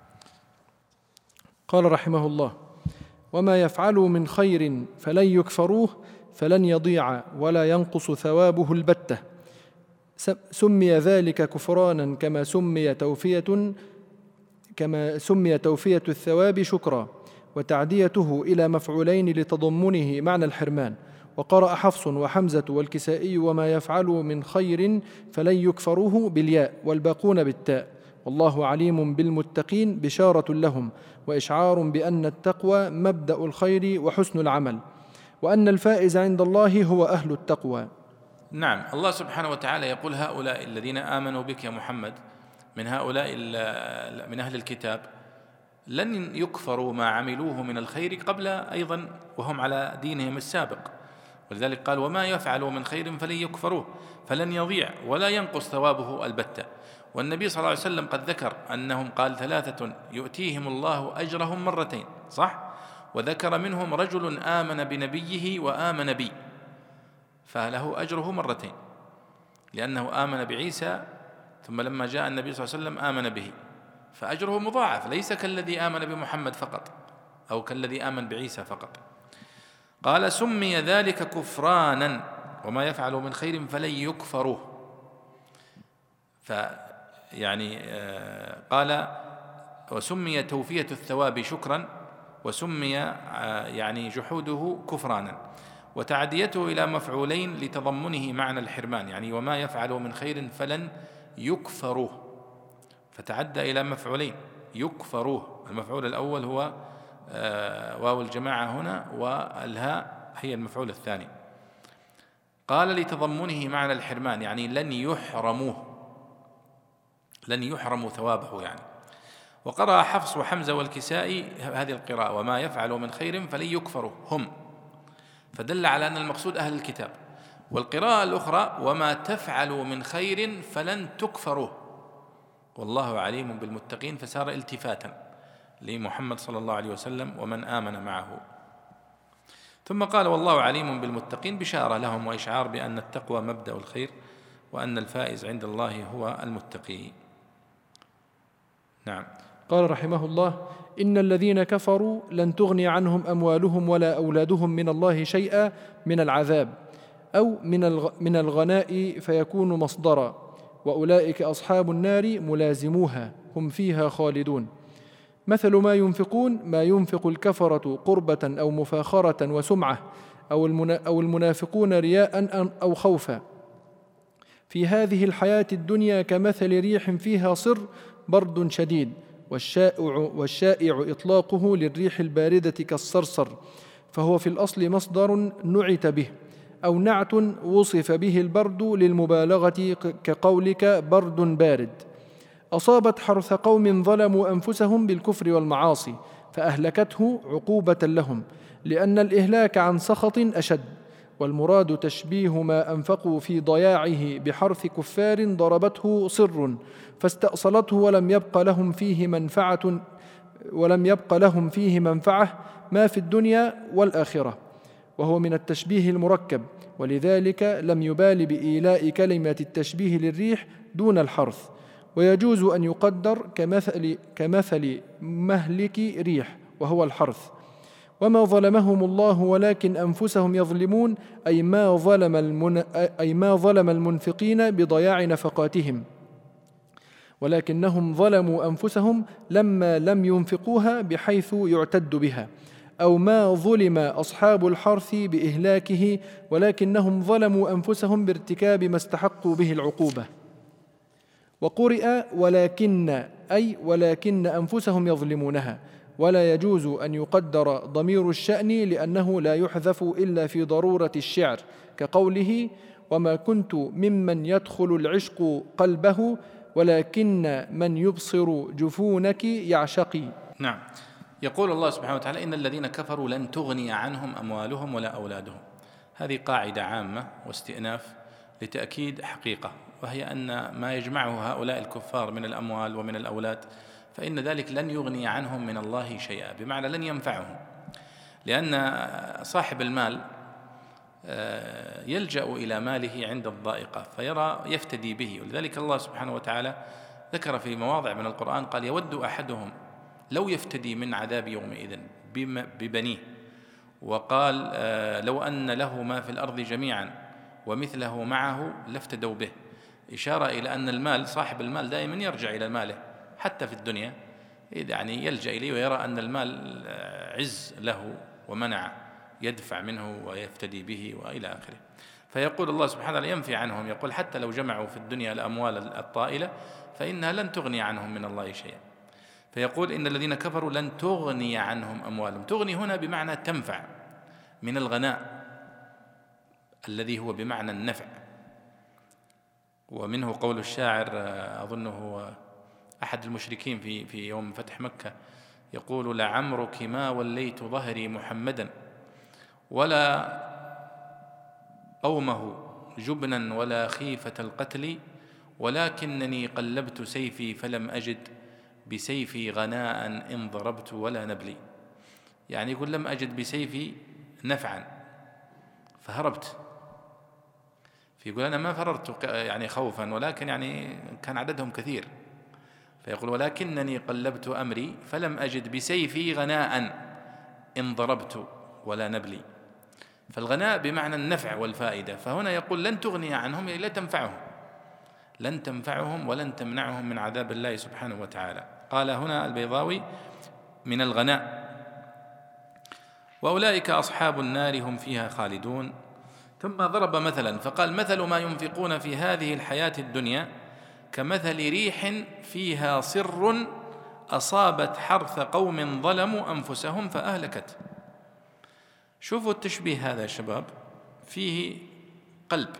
قال رحمه الله: وما يفعلوا من خير فلن يكفروه فلن يضيع ولا ينقص ثوابه البتة. سمي ذلك كفرانا كما سمي توفية كما سمي توفية الثواب شكرا، وتعديته إلى مفعولين لتضمنه معنى الحرمان. وقرأ حفص وحمزة والكسائي: وما يفعلوا من خير فلن يكفروه بالياء والباقون بالتاء. والله عليم بالمتقين بشارة لهم وإشعار بأن التقوى مبدأ الخير وحسن العمل، وأن الفائز عند الله هو أهل التقوى. نعم. الله سبحانه وتعالى يقول: هؤلاء الذين آمنوا بك يا محمد من هؤلاء من أهل الكتاب لن يكفروا ما عملوه من الخير قبل أيضا وهم على دينهم السابق. ولذلك قال: وما يفعلوا من خير فلن يكفروه فلن يضيع ولا ينقص ثوابه البتة. والنبي صلى الله عليه وسلم قد ذكر أنهم قال: ثلاثة يؤتيهم الله أجرهم مرتين، صح؟ وذكر منهم رجل آمن بنبيه وآمن بي، فله أجره مرتين، لأنه آمن بعيسى ثم لما جاء النبي صلى الله عليه وسلم آمن به، فأجره مضاعف، ليس كالذي آمن بمحمد فقط أو كالذي آمن بعيسى فقط. قال: سمي ذلك كفرانا، وما يفعلوا من خير فلن يكفروه. فيعني قال: وسمي توفية الثواب شكرا، وسمي يعني جحوده كفرانا، وتعديته إلى مفعولين لتضمنه معنى الحرمان، يعني وما يفعلوا من خير فلن يكفروه، فتعدى إلى مفعولين يكفروه. المفعول الأول هو واو الجماعة هنا، والهاء هي المفعول الثاني. قال: لتضمنه معنى الحرمان، يعني لن يحرموه، لن يحرموا ثوابه يعني. وقرأ حفص وحمزة والكسائي هذه القراءة: وما يفعلوا من خير فلن يكفروا هم، فدل على أن المقصود أهل الكتاب. والقراءة الأخرى: وما تفعلوا من خير فلن تكفروه والله عليم بالمتقين، فسار التفاتا لمحمد صلى الله عليه وسلم ومن آمن معه. ثم قال: والله عليم بالمتقين بشارة لهم وإشعار بأن التقوى مبدأ الخير، وأن الفائز عند الله هو المتقي. نعم. قال رحمه الله: إن الذين كفروا لن تغني عنهم أموالهم ولا أولادهم من الله شيئا من العذاب أو من الغناء فيكون مصدرا، وأولئك أصحاب النار ملازموها هم فيها خالدون. مثل ما ينفقون: ما ينفق الكفرة قربة أو مفاخرة وسمعة، أو المنافقون رياء أو خوفا في هذه الحياة الدنيا، كمثل ريح فيها صر برد شديد، والشائع, والشائع إطلاقه للريح الباردة كالصرصر، فهو في الأصل مصدر نعت به، أو نعت وصف به البرد للمبالغة، كقولك برد بارد. أصابت حرث قوم ظلموا أنفسهم بالكفر والمعاصي فأهلكته عقوبة لهم، لأن الإهلاك عن سخط أشد، والمراد تشبيه ما أنفقوا في ضياعه بحرث كفار ضربته صر فاستأصلته ولم يبق لهم فيه منفعة ولم يبق لهم فيه منفعة ما في الدنيا والآخرة، وهو من التشبيه المركب، ولذلك لم يبال بإيلاء كلمة التشبيه للريح دون الحرث. ويجوز أن يقدر كمثل, كمثل مهلك ريح وهو الحرث. وما ظلمهم الله ولكن أنفسهم يظلمون، أي ما ظلم, المن... أي ما ظلم المنفقين بضياع نفقاتهم، ولكنهم ظلموا أنفسهم لما لم ينفقوها بحيث يعتد بها. أو ما ظلم أصحاب الحرث بإهلاكه، ولكنهم ظلموا أنفسهم بارتكاب ما استحقوا به العقوبة. وقرئ ولكن، أي ولكن أنفسهم يظلمونها، ولا يجوز أن يقدر ضمير الشأن لأنه لا يحذف إلا في ضرورة الشعر، كقوله: وما كنت ممن يدخل العشق قلبه ولكن من يبصر جفونك يعشقي. نعم. يقول الله سبحانه وتعالى: إن الذين كفروا لن تغني عنهم أموالهم ولا أولادهم. هذه قاعدة عامة واستئناف لتأكيد حقيقة، وهي أن ما يجمعه هؤلاء الكفار من الأموال ومن الأولاد فإن ذلك لن يغني عنهم من الله شيئا، بمعنى لن ينفعهم، لأن صاحب المال يلجأ إلى ماله عند الضائقة فيرى يفتدي به. ولذلك الله سبحانه وتعالى ذكر في مواضع من القرآن قال: يود أحدهم لو يفتدي من عذاب يومئذ ببنيه، وقال: لو أن له ما في الأرض جميعا ومثله معه لافتدوا به، إشارة إلى أن المال، صاحب المال دائما يرجع إلى ماله حتى في الدنيا، يعني يلجأ إليه ويرى أن المال عز له ومنع يدفع منه ويفتدي به وإلى آخره. فيقول الله سبحانه وتعالى ينفي عنهم، يقول حتى لو جمعوا في الدنيا الأموال الطائلة فإنها لن تغني عنهم من الله شيئا. فيقول: إن الذين كفروا لن تغني عنهم أموالهم. تغني هنا بمعنى تنفع، من الغناء الذي هو بمعنى النفع. ومنه قول الشاعر، أظنه أحد المشركين في في يوم فتح مكة، يقول: لعمرك ما وليت ظهري محمدا ولا قومه جبنا ولا خيفة القتل، ولكنني قلبت سيفي فلم أجد بسيفي غناء إن ضربت ولا نبلي. يعني يقول: لم أجد بسيفي نفعا فهربت. فيقول: أنا ما فررت يعني خوفا، ولكن يعني كان عددهم كثير. فيقول: ولكنني قلبت أمري فلم أجد بسيفي غناء إن ضربت ولا نبلي. فالغناء بمعنى النفع والفائدة. فهنا يقول: لن تغني عنهم، لا تنفعهم، لن تنفعهم ولن تمنعهم من عذاب الله سبحانه وتعالى. قال هنا البيضاوي: من الغناء. وأولئك أصحاب النار هم فيها خالدون. ثم ضرب مثلا فقال: مثل ما ينفقون في هذه الحياة الدنيا كمثل ريح فيها صر أصابت حرث قوم ظلموا أنفسهم فأهلكت. شوفوا التشبيه هذا يا شباب، فيه قلب،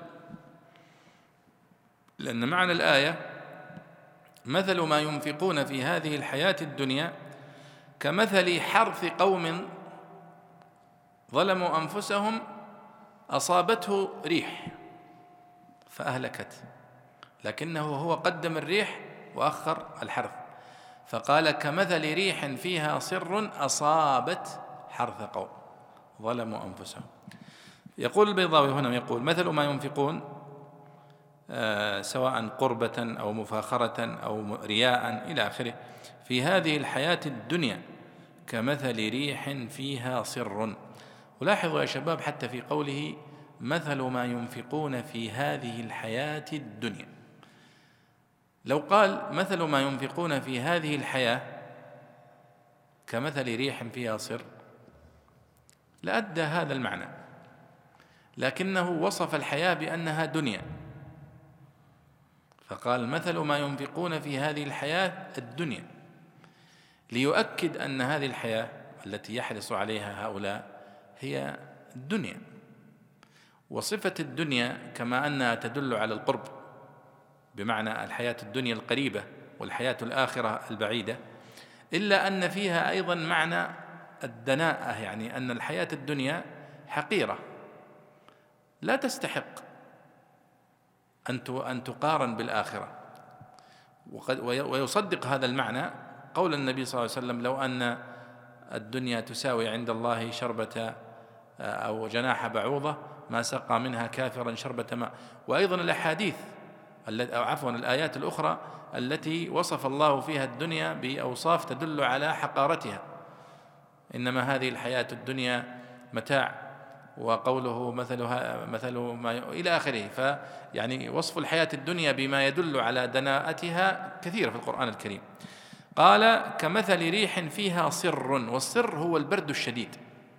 لأن معنى الآية: مثل ما ينفقون في هذه الحياة الدنيا كمثل حرث قوم ظلموا أنفسهم أصابته ريح فأهلكت، لكنه هو قدم الريح وأخر الحرث، فقال: كمثل ريح فيها صر أصابت حرث قوم ظلموا أنفسهم. يقول البيضاوي هنا، يقول: مثل ما ينفقون آه سواء قربة أو مفاخرة أو رياء إلى آخره في هذه الحياة الدنيا كمثل ريح فيها صر. ولاحظوا يا شباب حتى في قوله: مثل ما ينفقون في هذه الحياة الدنيا، لو قال: مثل ما ينفقون في هذه الحياة كمثل ريح فيها صر لأدى هذا المعنى، لكنه وصف الحياة بأنها دنيا، فقال: مثل ما ينفقون في هذه الحياة الدنيا، ليؤكد أن هذه الحياة التي يحرص عليها هؤلاء هي الدنيا. وصفة الدنيا كما أنها تدل على القرب بمعنى الحياة الدنيا القريبة والحياة الآخرة البعيدة، إلا أن فيها أيضا معنى الدناءة، يعني أن الحياة الدنيا حقيرة لا تستحق أن تقارن بالآخرة. ويصدق هذا المعنى قول النبي صلى الله عليه وسلم: لو أن الدنيا تساوي عند الله شربة أو جناح بعوضة ما سقى منها كافرا شربة ماء. وأيضا الأحاديث أو عفوا الآيات الأخرى التي وصف الله فيها الدنيا بأوصاف تدل على حقارتها: إنما هذه الحياة الدنيا متاع، وقوله مثلها مثل ما إلى آخره. فيعني وصف الحياة الدنيا بما يدل على دناءتها كثير في القرآن الكريم. قال: كمثل ريح فيها صر، والصر هو البرد الشديد،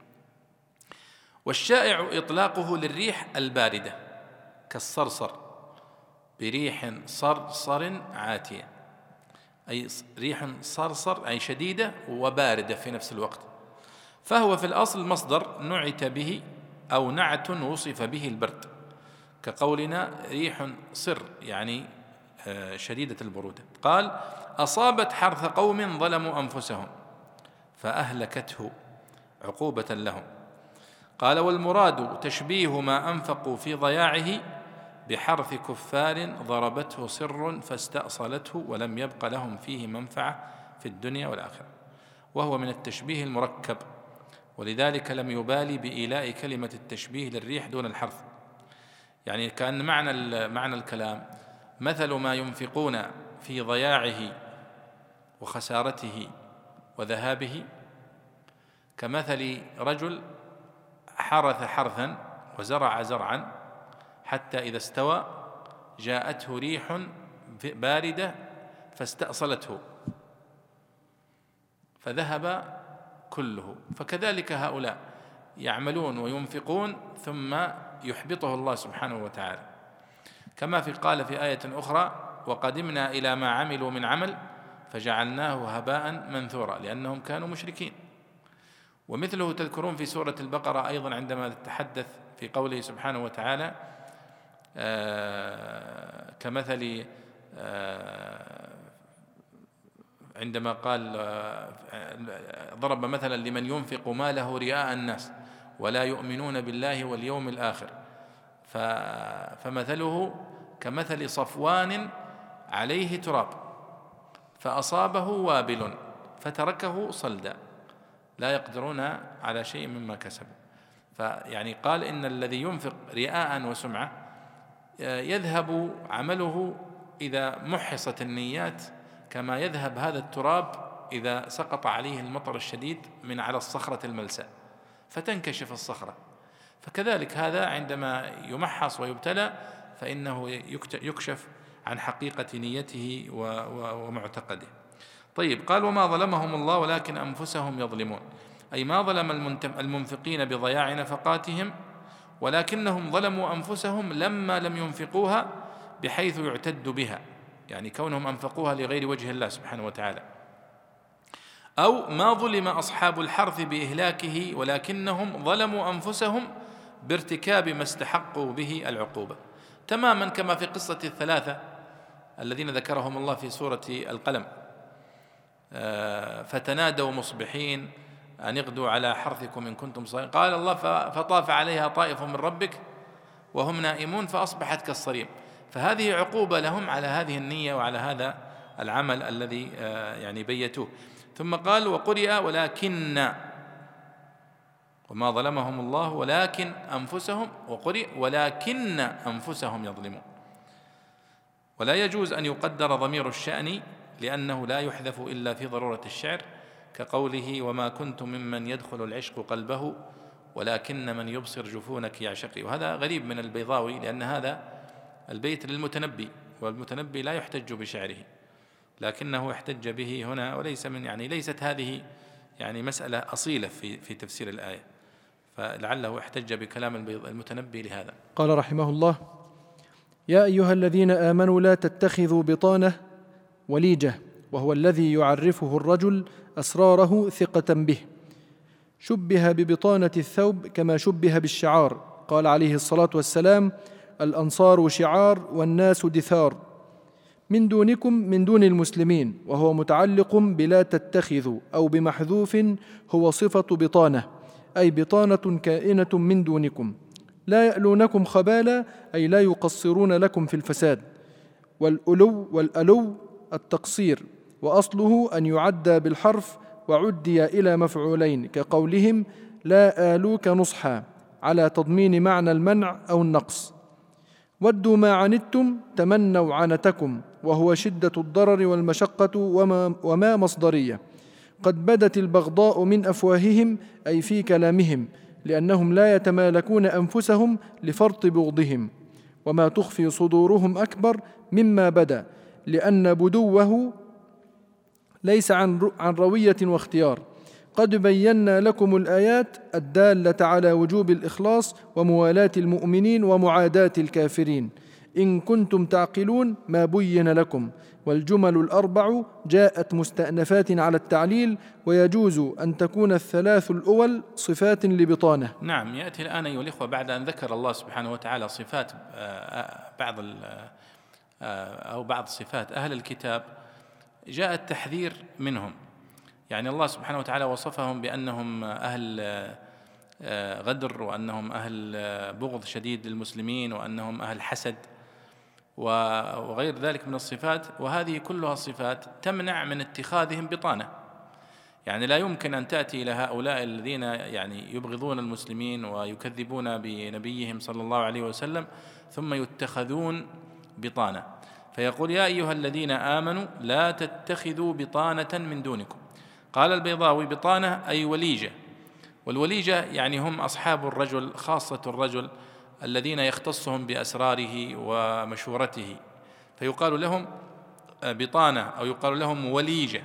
والشائع إطلاقه للريح الباردة كالصرصر، بريح صرصر عاتية. أي ريح صرصر أي شديدة وباردة في نفس الوقت. فهو في الأصل مصدر نعت به أو نعت وصف به البرد، كقولنا ريح صر يعني شديدة البرودة. قال أصابت حرث قوم ظلموا أنفسهم فأهلكته عقوبة لهم. قال والمراد تشبيه ما أنفقوا في ضياعه بحرث كفار ضربته سر فاستأصلته ولم يبق لهم فيه منفعة في الدنيا والآخرة، وهو من التشبيه المركب، ولذلك لم يبالي بإيلاء كلمة التشبيه للريح دون الحرث. يعني كأن معنى معنى الكلام مثل ما ينفقون في ضياعه وخسارته وذهابه كمثل رجل حرث حرثا وزرع زرعا حتى إذا استوى جاءته ريح باردة فاستأصلته فذهب كله. فكذلك هؤلاء يعملون وينفقون ثم يحبطه الله سبحانه وتعالى، كما في قال في آية أخرى وقدمنا إلى ما عملوا من عمل فجعلناه هباء منثورا، لأنهم كانوا مشركين. ومثله تذكرون في سورة البقرة أيضا عندما تتحدث في قوله سبحانه وتعالى آه كمثل آه عندما قال آه ضرب مثلا لمن ينفق ماله رئاء الناس ولا يؤمنون بالله واليوم الآخر فمثله كمثل صفوان عليه تراب فأصابه وابل فتركه صلدا لا يقدرون على شيء مما كسبوا. فيعني قال إن الذي ينفق رئاء وسمعة يذهب عمله إذا محصت النيات كما يذهب هذا التراب إذا سقط عليه المطر الشديد من على الصخرة الملساء فتنكشف الصخرة. فكذلك هذا عندما يمحص ويبتلى فإنه يكشف عن حقيقة نيته ومعتقده. طيب قال وما ظلمهم الله ولكن أنفسهم يظلمون، أي ما ظلم المنفقين بضياع نفقاتهم ولكنهم ظلموا أنفسهم لما لم ينفقوها بحيث يعتد بها، يعني كونهم أنفقوها لغير وجه الله سبحانه وتعالى. أو ما ظلم أصحاب الحرث بإهلاكه ولكنهم ظلموا أنفسهم بارتكاب ما استحقوا به العقوبة، تماما كما في قصة الثلاثة الذين ذكرهم الله في سورة القلم فتنادوا مصبحين أن اغدوا على حرثكم إن كنتم صادقين، قال الله فطاف عليها طائف من ربك وهم نائمون فأصبحت كالصريم. فهذه عقوبة لهم على هذه النية وعلى هذا العمل الذي يعني بيتوه. ثم قال وقرئ ولكن وما ظلمهم الله ولكن أنفسهم، وقرئ ولكن أنفسهم يظلمون. ولا يجوز أن يقدر ضمير الشأن لأنه لا يحذف إلا في ضرورة الشعر، كقوله وما كنت ممن يدخل العشق قلبه ولكن من يبصر جفونك يعشقي. وهذا غريب من البيضاوي لأن هذا البيت للمتنبي والمتنبي لا يحتج بشعره لكنه احتج به هنا، وليس من يعني ليست هذه يعني مسألة أصيلة في في تفسير الآية، فلعله احتج بكلام المتنبي لهذا. قال رحمه الله يا أيها الذين آمنوا لا تتخذوا بطانة وليجة، وهو الذي يعرفه الرجل أسراره ثقة به، شبه ببطانة الثوب كما شبه بالشعار. قال عليه الصلاة والسلام الأنصار شعار والناس دثار من دونكم من دون المسلمين، وهو متعلق بلا تتخذوا أو بمحذوف هو صفة بطانة، أي بطانة كائنة من دونكم لا يألونكم خبالا، أي لا يقصرون لكم في الفساد. والألو والألو التقصير، وأصله أن يعدى بالحرف وعدي إلى مفعولين كقولهم لا آلوك نصحا على تضمين معنى المنع أو النقص. ودوا ما عنتم تمنوا عنتكم، وهو شدة الضرر والمشقة وما, وما مصدرية. قد بدت البغضاء من أفواههم أي في كلامهم، لأنهم لا يتمالكون أنفسهم لفرط بغضهم، وما تخفي صدورهم أكبر مما بدا، لأن بدوه ليس عن عن روية واختيار. قد بينا لكم الآيات الدالة على وجوب الإخلاص وموالاة المؤمنين ومعاداة الكافرين، إن كنتم تعقلون ما بين لكم. والجمل الأربع جاءت مستأنفات على التعليل، ويجوز أن تكون الثلاث الأول صفات لبطانة. نعم، يأتي الآن أيها الإخوة بعد أن ذكر الله سبحانه وتعالى صفات بعض أو بعض صفات أهل الكتاب، جاء التحذير منهم. يعني الله سبحانه وتعالى وصفهم بأنهم أهل غدر، وأنهم أهل بغض شديد للمسلمين، وأنهم أهل حسد وغير ذلك من الصفات، وهذه كلها صفات تمنع من اتخاذهم بطانة. يعني لا يمكن أن تأتي إلى هؤلاء الذين يعني يبغضون المسلمين ويكذبون بنبيهم صلى الله عليه وسلم ثم يتخذون بطانة. فيقول: يا أيها الذين آمنوا لا تتخذوا بطانة من دونكم. قال البيضاوي: بطانة أي وليجة، والوليجة يعني هم أصحاب الرجل، خاصة الرجل الذين يختصهم بأسراره ومشورته، فيقال لهم بطانة أو يقال لهم وليجة.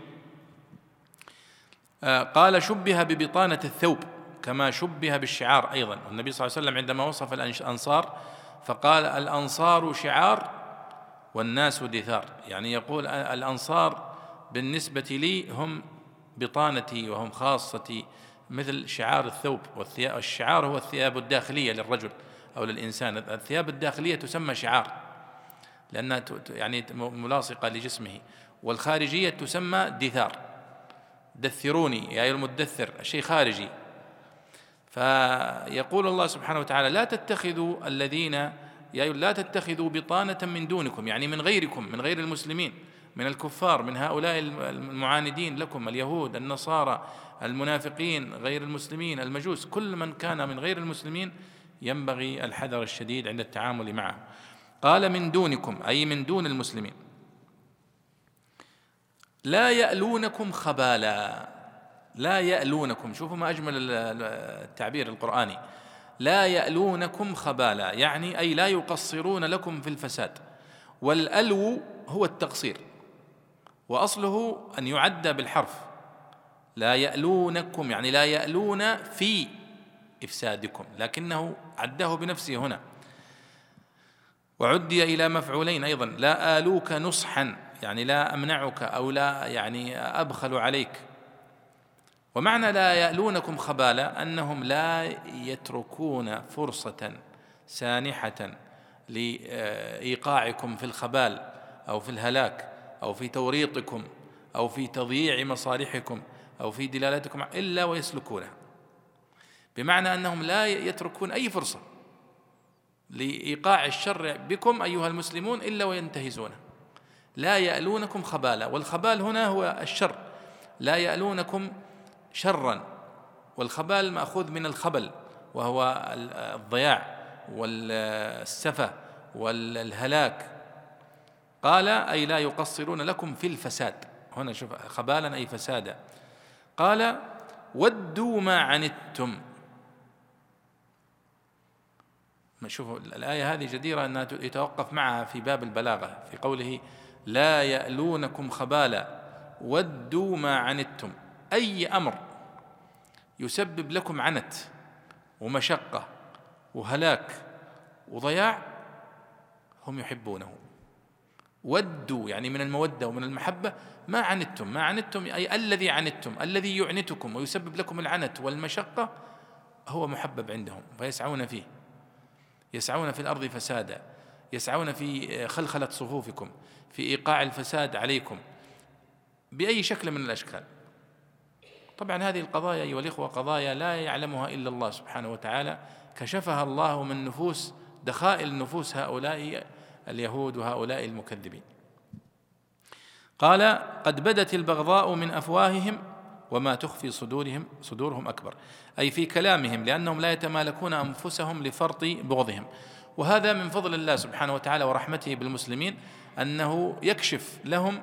قال: شبه ببطانة الثوب كما شبه بالشعار أيضا. والنبي صلى الله عليه وسلم عندما وصف الأنصار فقال: الأنصار شعار والناس دثار. يعني يقول الأنصار بالنسبة لي هم بطانتي وهم خاصتي، مثل شعار الثوب. والشعار هو الثياب الداخلية للرجل أو للإنسان. الثياب الداخلية تسمى شعار لأنها يعني ملاصقة لجسمه، والخارجية تسمى دثار. دثروني يا أيها المدثر، شيء خارجي. فيقول الله سبحانه وتعالى: لا تتخذوا الذين يا لا تتخذوا بطانة من دونكم، يعني من غيركم، من غير المسلمين، من الكفار، من هؤلاء المعاندين لكم، اليهود، النصارى، المنافقين، غير المسلمين، المجوس، كل من كان من غير المسلمين ينبغي الحذر الشديد عند التعامل معه. قال: من دونكم أي من دون المسلمين. لا يألونكم خبالا. لا يألونكم، شوفوا ما أجمل التعبير القرآني. لا يألونكم خبالا يعني أي لا يقصرون لكم في الفساد. والألو هو التقصير، وأصله أن يعد بالحرف. لا يألونكم يعني لا يألون في إفسادكم، لكنه عده بنفسه هنا، وعدي إلى مفعولين أيضا. لا آلوك نصحا يعني لا أمنعك أو لا يعني أبخل عليك. ومعنى لا يألونكم خبالا أنهم لا يتركون فرصة سانحة لإيقاعكم في الخبال أو في الهلاك أو في توريطكم أو في تضييع مصالحكم أو في دلالتكم إلا ويسلكونها، بمعنى أنهم لا يتركون أي فرصة لإيقاع الشر بكم أيها المسلمون إلا وينتهزونه. لا يألونكم خبالا، والخبال هنا هو الشر. لا يألونكم شرا، والخبال مأخوذ من الخبل وهو الضياع والسفة والهلاك. قال: أي لا يقصرون لكم في الفساد. هنا شوف خبالا أي فسادا. قال: ودوا ما عنتم. شوفوا الآية هذه جديرة أن يتوقف معها في باب البلاغة في قوله: لا يألونكم خبالا ودوا ما عنتم. أي أمر يسبب لكم عنت ومشقة وهلاك وضياع هم يحبونه. ودوا يعني من المودة ومن المحبة ما عنتم. ما عنتم أي الذي عنتم، الذي يعنتكم ويسبب لكم العنت والمشقة هو محبب عندهم، فيسعون فيه، يسعون في الأرض فسادا، يسعون في خلخلة صفوفكم، في إيقاع الفساد عليكم بأي شكل من الأشكال. طبعا هذه القضايا أيها الإخوة قضايا لا يعلمها إلا الله سبحانه وتعالى، كشفها الله من نفوس دخائل نفوس هؤلاء اليهود وهؤلاء المكذبين. قال: قد بدت البغضاء من أفواههم وما تخفي صدورهم صدورهم أكبر، أي في كلامهم، لأنهم لا يتمالكون أنفسهم لفرط بغضهم. وهذا من فضل الله سبحانه وتعالى ورحمته بالمسلمين أنه يكشف لهم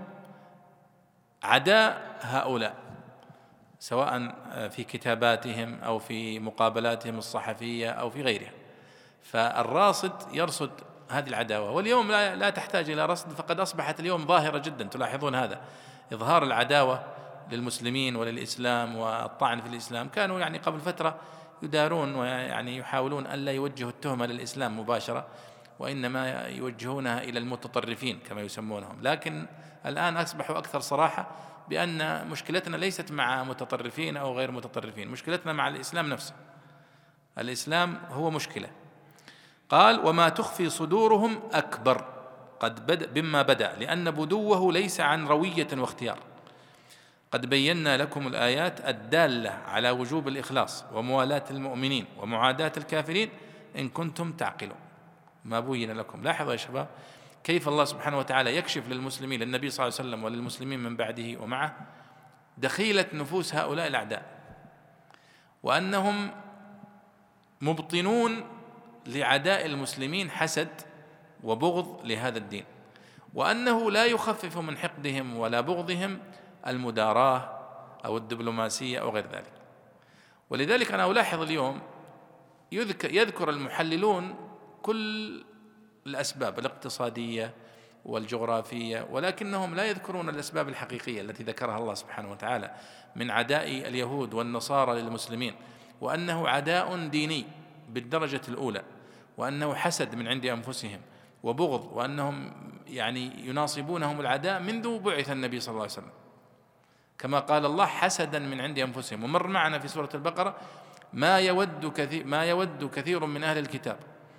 عداء هؤلاء، سواء في كتاباتهم أو في مقابلاتهم الصحفية أو في غيرها. فالراصد يرصد هذه العداوة، واليوم لا, لا تحتاج إلى رصد، فقد أصبحت اليوم ظاهرة جدا، تلاحظون هذا إظهار العداوة للمسلمين وللإسلام والطعن في الإسلام. كانوا يعني قبل فترة يدارون ويعني يحاولون ألا يوجهوا التهمة للإسلام مباشرة، وإنما يوجهونها إلى المتطرفين كما يسمونهم. لكن الآن أصبحوا أكثر صراحة بأن مشكلتنا ليست مع متطرفين أو غير متطرفين، مشكلتنا مع الإسلام نفسه. الإسلام هو مشكلة. قال: وما تخفي صدورهم أكبر قد بدأ بما بدأ، لأن بدوه ليس عن روية واختيار. قد بينا لكم الآيات الدالة على وجوب الإخلاص وموالاة المؤمنين ومعاداة الكافرين إن كنتم تعقلون. ما بين لكم. لاحظوا يا شباب كيف الله سبحانه وتعالى يكشف للمسلمين، للنبي صلى الله عليه وسلم وللمسلمين من بعده ومعه، دخيلة نفوس هؤلاء الأعداء، وأنهم مبطنون لعداء المسلمين حسد وبغض لهذا الدين، وأنه لا يخفف من حقدهم ولا بغضهم المداراة أو الدبلوماسية أو غير ذلك. ولذلك أنا ألاحظ اليوم يذكر المحللون كل الأسباب الاقتصادية والجغرافية، ولكنهم لا يذكرون الأسباب الحقيقية التي ذكرها الله سبحانه وتعالى من عداء اليهود والنصارى للمسلمين، وأنه عداء ديني بالدرجة الأولى، وأنه حسد من عند أنفسهم وبغض، وأنهم يعني يناصبونهم العداء منذ بعث النبي صلى الله عليه وسلم، كما قال الله: حسدا من عند أنفسهم. ومر معنا في سورة البقرة: ما يود كثير, ما يود كثير من أهل الكتاب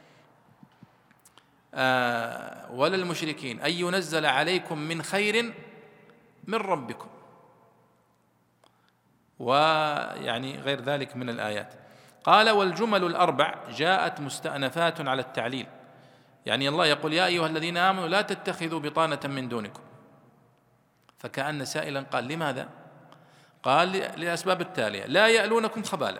آه ولا المشركين أن ينزل عليكم من خير من ربكم، ويعني غير ذلك من الآيات. قال: والجمل الأربع جاءت مستأنفات على التعليل، يعني الله يقول: يا أيها الذين آمنوا لا تتخذوا بطانة من دونكم. فكأن سائلا قال: لماذا؟ قال: للأسباب التالية: لا يألونكم خبالا،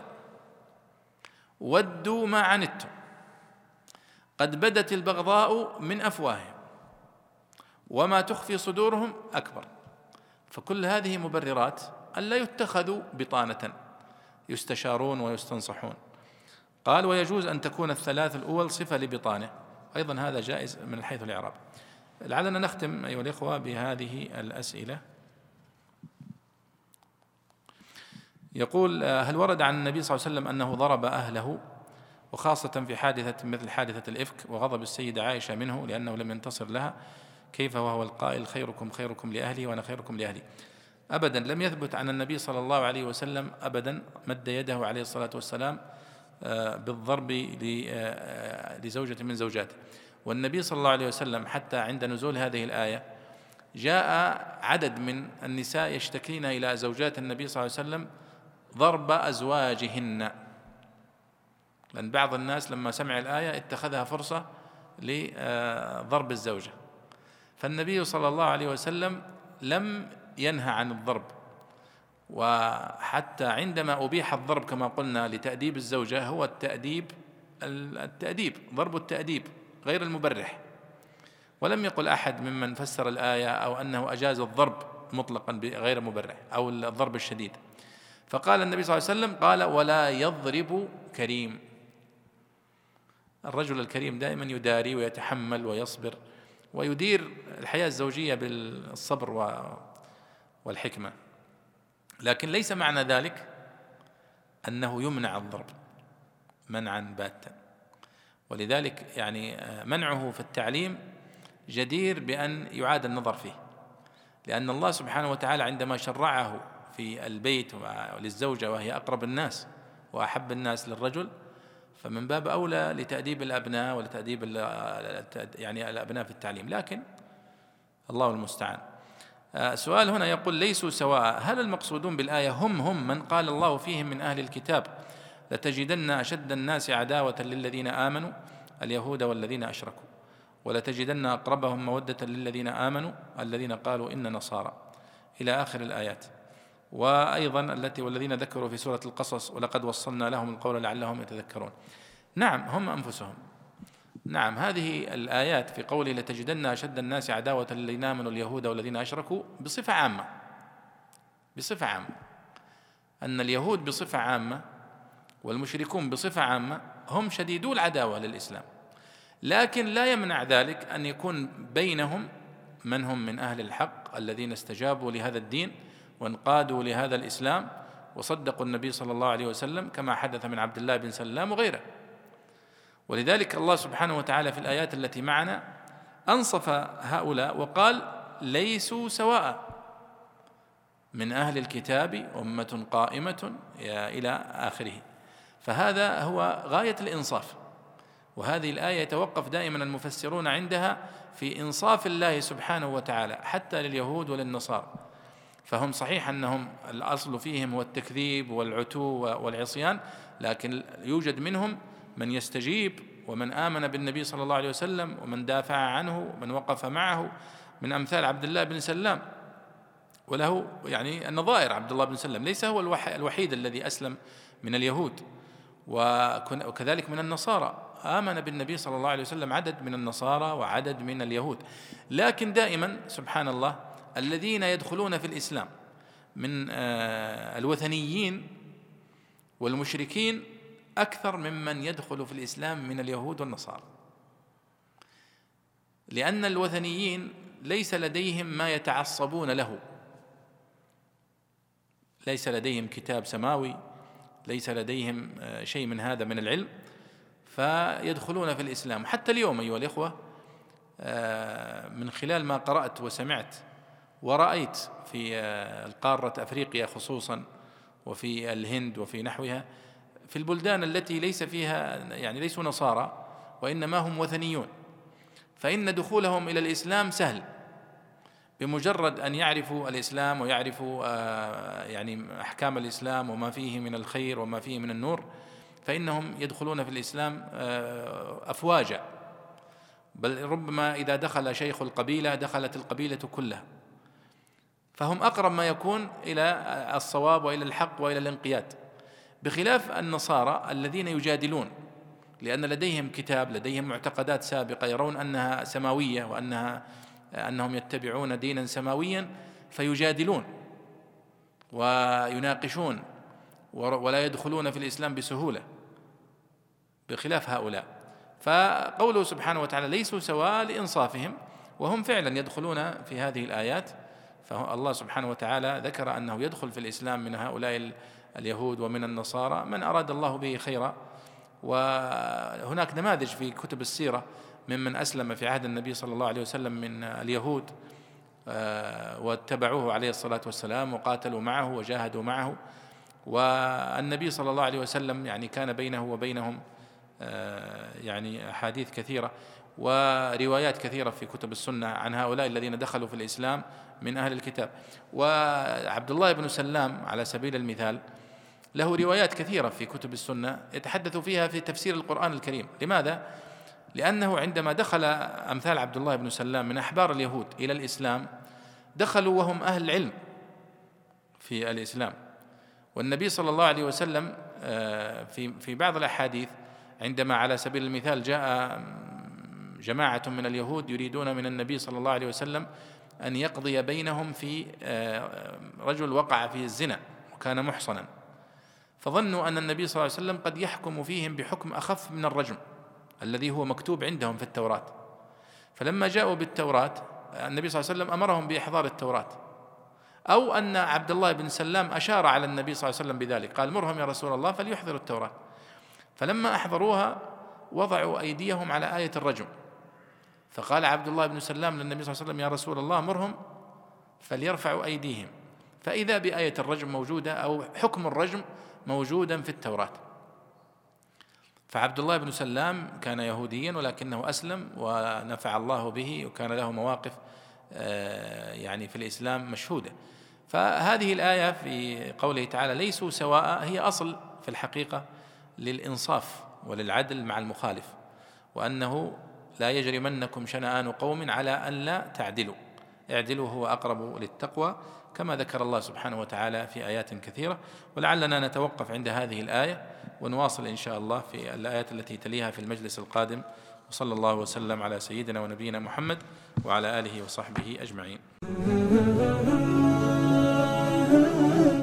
ودوا ما عنتم، قد بدت البغضاء من أفواههم، وما تخفي صدورهم أكبر. فكل هذه مبررات ألا يتخذوا بطانة يستشارون ويستنصحون. قال: ويجوز أن تكون الثلاث الأول صفة لبطانة، أيضا هذا جائز من حيث الإعراب. لعلنا نختم أيها الإخوة بهذه الأسئلة. يقول: هل ورد عن النبي صلى الله عليه وسلم أنه ضرب أهله، وخاصة في حادثة مثل حادثة الإفك وغضب السيدة عائشة منه لأنه لم ينتصر لها، كيف وهو القائل: خيركم خيركم لأهلي وأنا خيركم لأهلي؟ أبدا لم يثبت عن النبي صلى الله عليه وسلم أبدا مد يده عليه الصلاة والسلام بالضرب لزوجة من زوجاته. والنبي صلى الله عليه وسلم حتى عند نزول هذه الآية جاء عدد من النساء يشتكين إلى زوجات النبي صلى الله عليه وسلم ضرب أزواجهن، لأن بعض الناس لما سمع الآية اتخذها فرصة لضرب الزوجة، فالنبي صلى الله عليه وسلم لم ينهى عن الضرب. وحتى عندما أبيح الضرب كما قلنا لتأديب الزوجة، هو التأديب التأديب ضرب التأديب غير المبرح، ولم يقل أحد ممن فسر الآية أو أنه أجاز الضرب مطلقا غير مبرح أو الضرب الشديد. فقال النبي صلى الله عليه وسلم: قال: ولا يضرب كريم. الرجل الكريم دائما يداري ويتحمل ويصبر ويدير الحياة الزوجية بالصبر والحكمة، لكن ليس معنى ذلك أنه يمنع الضرب منعا باتا. ولذلك يعني منعه في التعليم جدير بأن يعاد النظر فيه، لأن الله سبحانه وتعالى عندما شرعه في البيت للزوجة وهي أقرب الناس وأحب الناس للرجل، فمن باب أولى لتأديب الأبناء ولتأديب يعني الأبناء في التعليم، لكن الله المستعان. سؤال هنا يقول: ليسوا سواء، هل المقصودون بالآية هم هم من قال الله فيهم من أهل الكتاب لتجدن أشد الناس عداوة للذين آمنوا اليهود والذين أشركوا، ولتجدن أقربهم مودة للذين آمنوا الذين قالوا إن نصارى، إلى آخر الآيات. وأيضا التي والذين ذكروا في سورة القصص ولقد وصلنا لهم القول لعلهم يتذكرون. نعم هم أنفسهم. نعم هذه الآيات في قوله لتجدن أشد الناس عداوة للذين آمنوا اليهود والذين أشركوا بصفة عامة، بصفة عامة أن اليهود بصفة عامة والمشركون بصفة عامة هم شديدو العداوة للإسلام، لكن لا يمنع ذلك أن يكون بينهم من هم من أهل الحق الذين استجابوا لهذا الدين وانقادوا لهذا الإسلام وصدقوا النبي صلى الله عليه وسلم، كما حدث من عبد الله بن سلام وغيره. ولذلك الله سبحانه وتعالى في الآيات التي معنا أنصف هؤلاء وقال ليسوا سواء من أهل الكتاب أمة قائمة إلى آخره. فهذا هو غاية الإنصاف، وهذه الآية يتوقف دائما المفسرون عندها في إنصاف الله سبحانه وتعالى حتى لليهود وللنصارى. فهم صحيح أنهم الأصل فيهم هو التكذيب والعتو والعصيان، لكن يوجد منهم من يستجيب ومن آمن بالنبي صلى الله عليه وسلم ومن دافع عنه ومن وقف معه، من أمثال عبد الله بن سلام، وله يعني النظائر. عبد الله بن سلام ليس هو الوحيد الذي أسلم من اليهود، وكذلك من النصارى آمن بالنبي صلى الله عليه وسلم عدد من النصارى وعدد من اليهود. لكن دائما سبحان الله الذين يدخلون في الإسلام من الوثنيين والمشركين أكثر ممن يدخل في الإسلام من اليهود والنصارى، لأن الوثنيين ليس لديهم ما يتعصبون له، ليس لديهم كتاب سماوي، ليس لديهم شيء من هذا من العلم، فيدخلون في الإسلام. حتى اليوم أيها الإخوة من خلال ما قرأت وسمعت ورأيت في القارة أفريقيا خصوصا وفي الهند وفي نحوها، في البلدان التي ليس فيها يعني ليسوا نصارى وإنما هم وثنيون، فإن دخولهم إلى الإسلام سهل بمجرد أن يعرفوا الإسلام ويعرفوا يعني أحكام الإسلام وما فيه من الخير وما فيه من النور، فإنهم يدخلون في الإسلام أفواجا، بل ربما إذا دخل شيخ القبيلة دخلت القبيلة كلها، فهم أقرب ما يكون إلى الصواب وإلى الحق وإلى الانقياد، بخلاف النصارى الذين يجادلون لأن لديهم كتاب، لديهم معتقدات سابقة يرون أنها سماوية وأنها أنهم يتبعون دينا سماويا، فيجادلون ويناقشون ولا يدخلون في الإسلام بسهولة بخلاف هؤلاء. فقوله سبحانه وتعالى ليسوا سواء لإنصافهم، وهم فعلا يدخلون في هذه الآيات. فالله سبحانه وتعالى ذكر أنه يدخل في الإسلام من هؤلاء اليهود ومن النصارى من أراد الله به خيرا، وهناك نماذج في كتب السيرة ممن أسلم في عهد النبي صلى الله عليه وسلم من اليهود واتبعوه عليه الصلاة والسلام وقاتلوا معه وجاهدوا معه، والنبي صلى الله عليه وسلم يعني كان بينه وبينهم يعني أحاديث كثيرة وروايات كثيرة في كتب السنة عن هؤلاء الذين دخلوا في الإسلام من أهل الكتاب. وعبد الله بن سلام على سبيل المثال له روايات كثيرة في كتب السنة يتحدث فيها في تفسير القرآن الكريم. لماذا؟ لأنه عندما دخل أمثال عبد الله بن سلام من أحبار اليهود إلى الإسلام دخلوا وهم أهل العلم في الإسلام، والنبي صلى الله عليه وسلم في في بعض الأحاديث عندما على سبيل المثال جاء جماعة من اليهود يريدون من النبي صلى الله عليه وسلم أن يقضي بينهم في رجل وقع في الزنا وكان محصنا، فظنوا أن النبي صلى الله عليه وسلم قد يحكم فيهم بحكم أخف من الرجم الذي هو مكتوب عندهم في التوراة. فلما جاءوا بالتوراة النبي صلى الله عليه وسلم أمرهم بإحضار التوراة، أو أن عبد الله بن سلام أشار على النبي صلى الله عليه وسلم بذلك، قال مرهم يا رسول الله فليحضروا التوراة. فلما أحضروها وضعوا أيديهم على آية الرجم، فقال عبد الله بن سلام للنبي صلى الله عليه وسلم يا رسول الله مرهم فليرفعوا أيديهم، فإذا بآية الرجم موجودة أو حكم الرجم موجودا في التوراة. فعبد الله بن سلام كان يهوديا ولكنه أسلم ونفع الله به وكان له مواقف يعني في الإسلام مشهودة. فهذه الآية في قوله تعالى ليسوا سواء هي أصل في الحقيقة للإنصاف وللعدل مع المخالف، وأنه لا يجرمنكم شنآن قوم على أن لا تعدلوا، اعدلوا هو أقرب للتقوى، كما ذكر الله سبحانه وتعالى في آيات كثيرة. ولعلنا نتوقف عند هذه الآية ونواصل إن شاء الله في الآيات التي تليها في المجلس القادم. وصلى الله وسلم على سيدنا ونبينا محمد وعلى آله وصحبه أجمعين.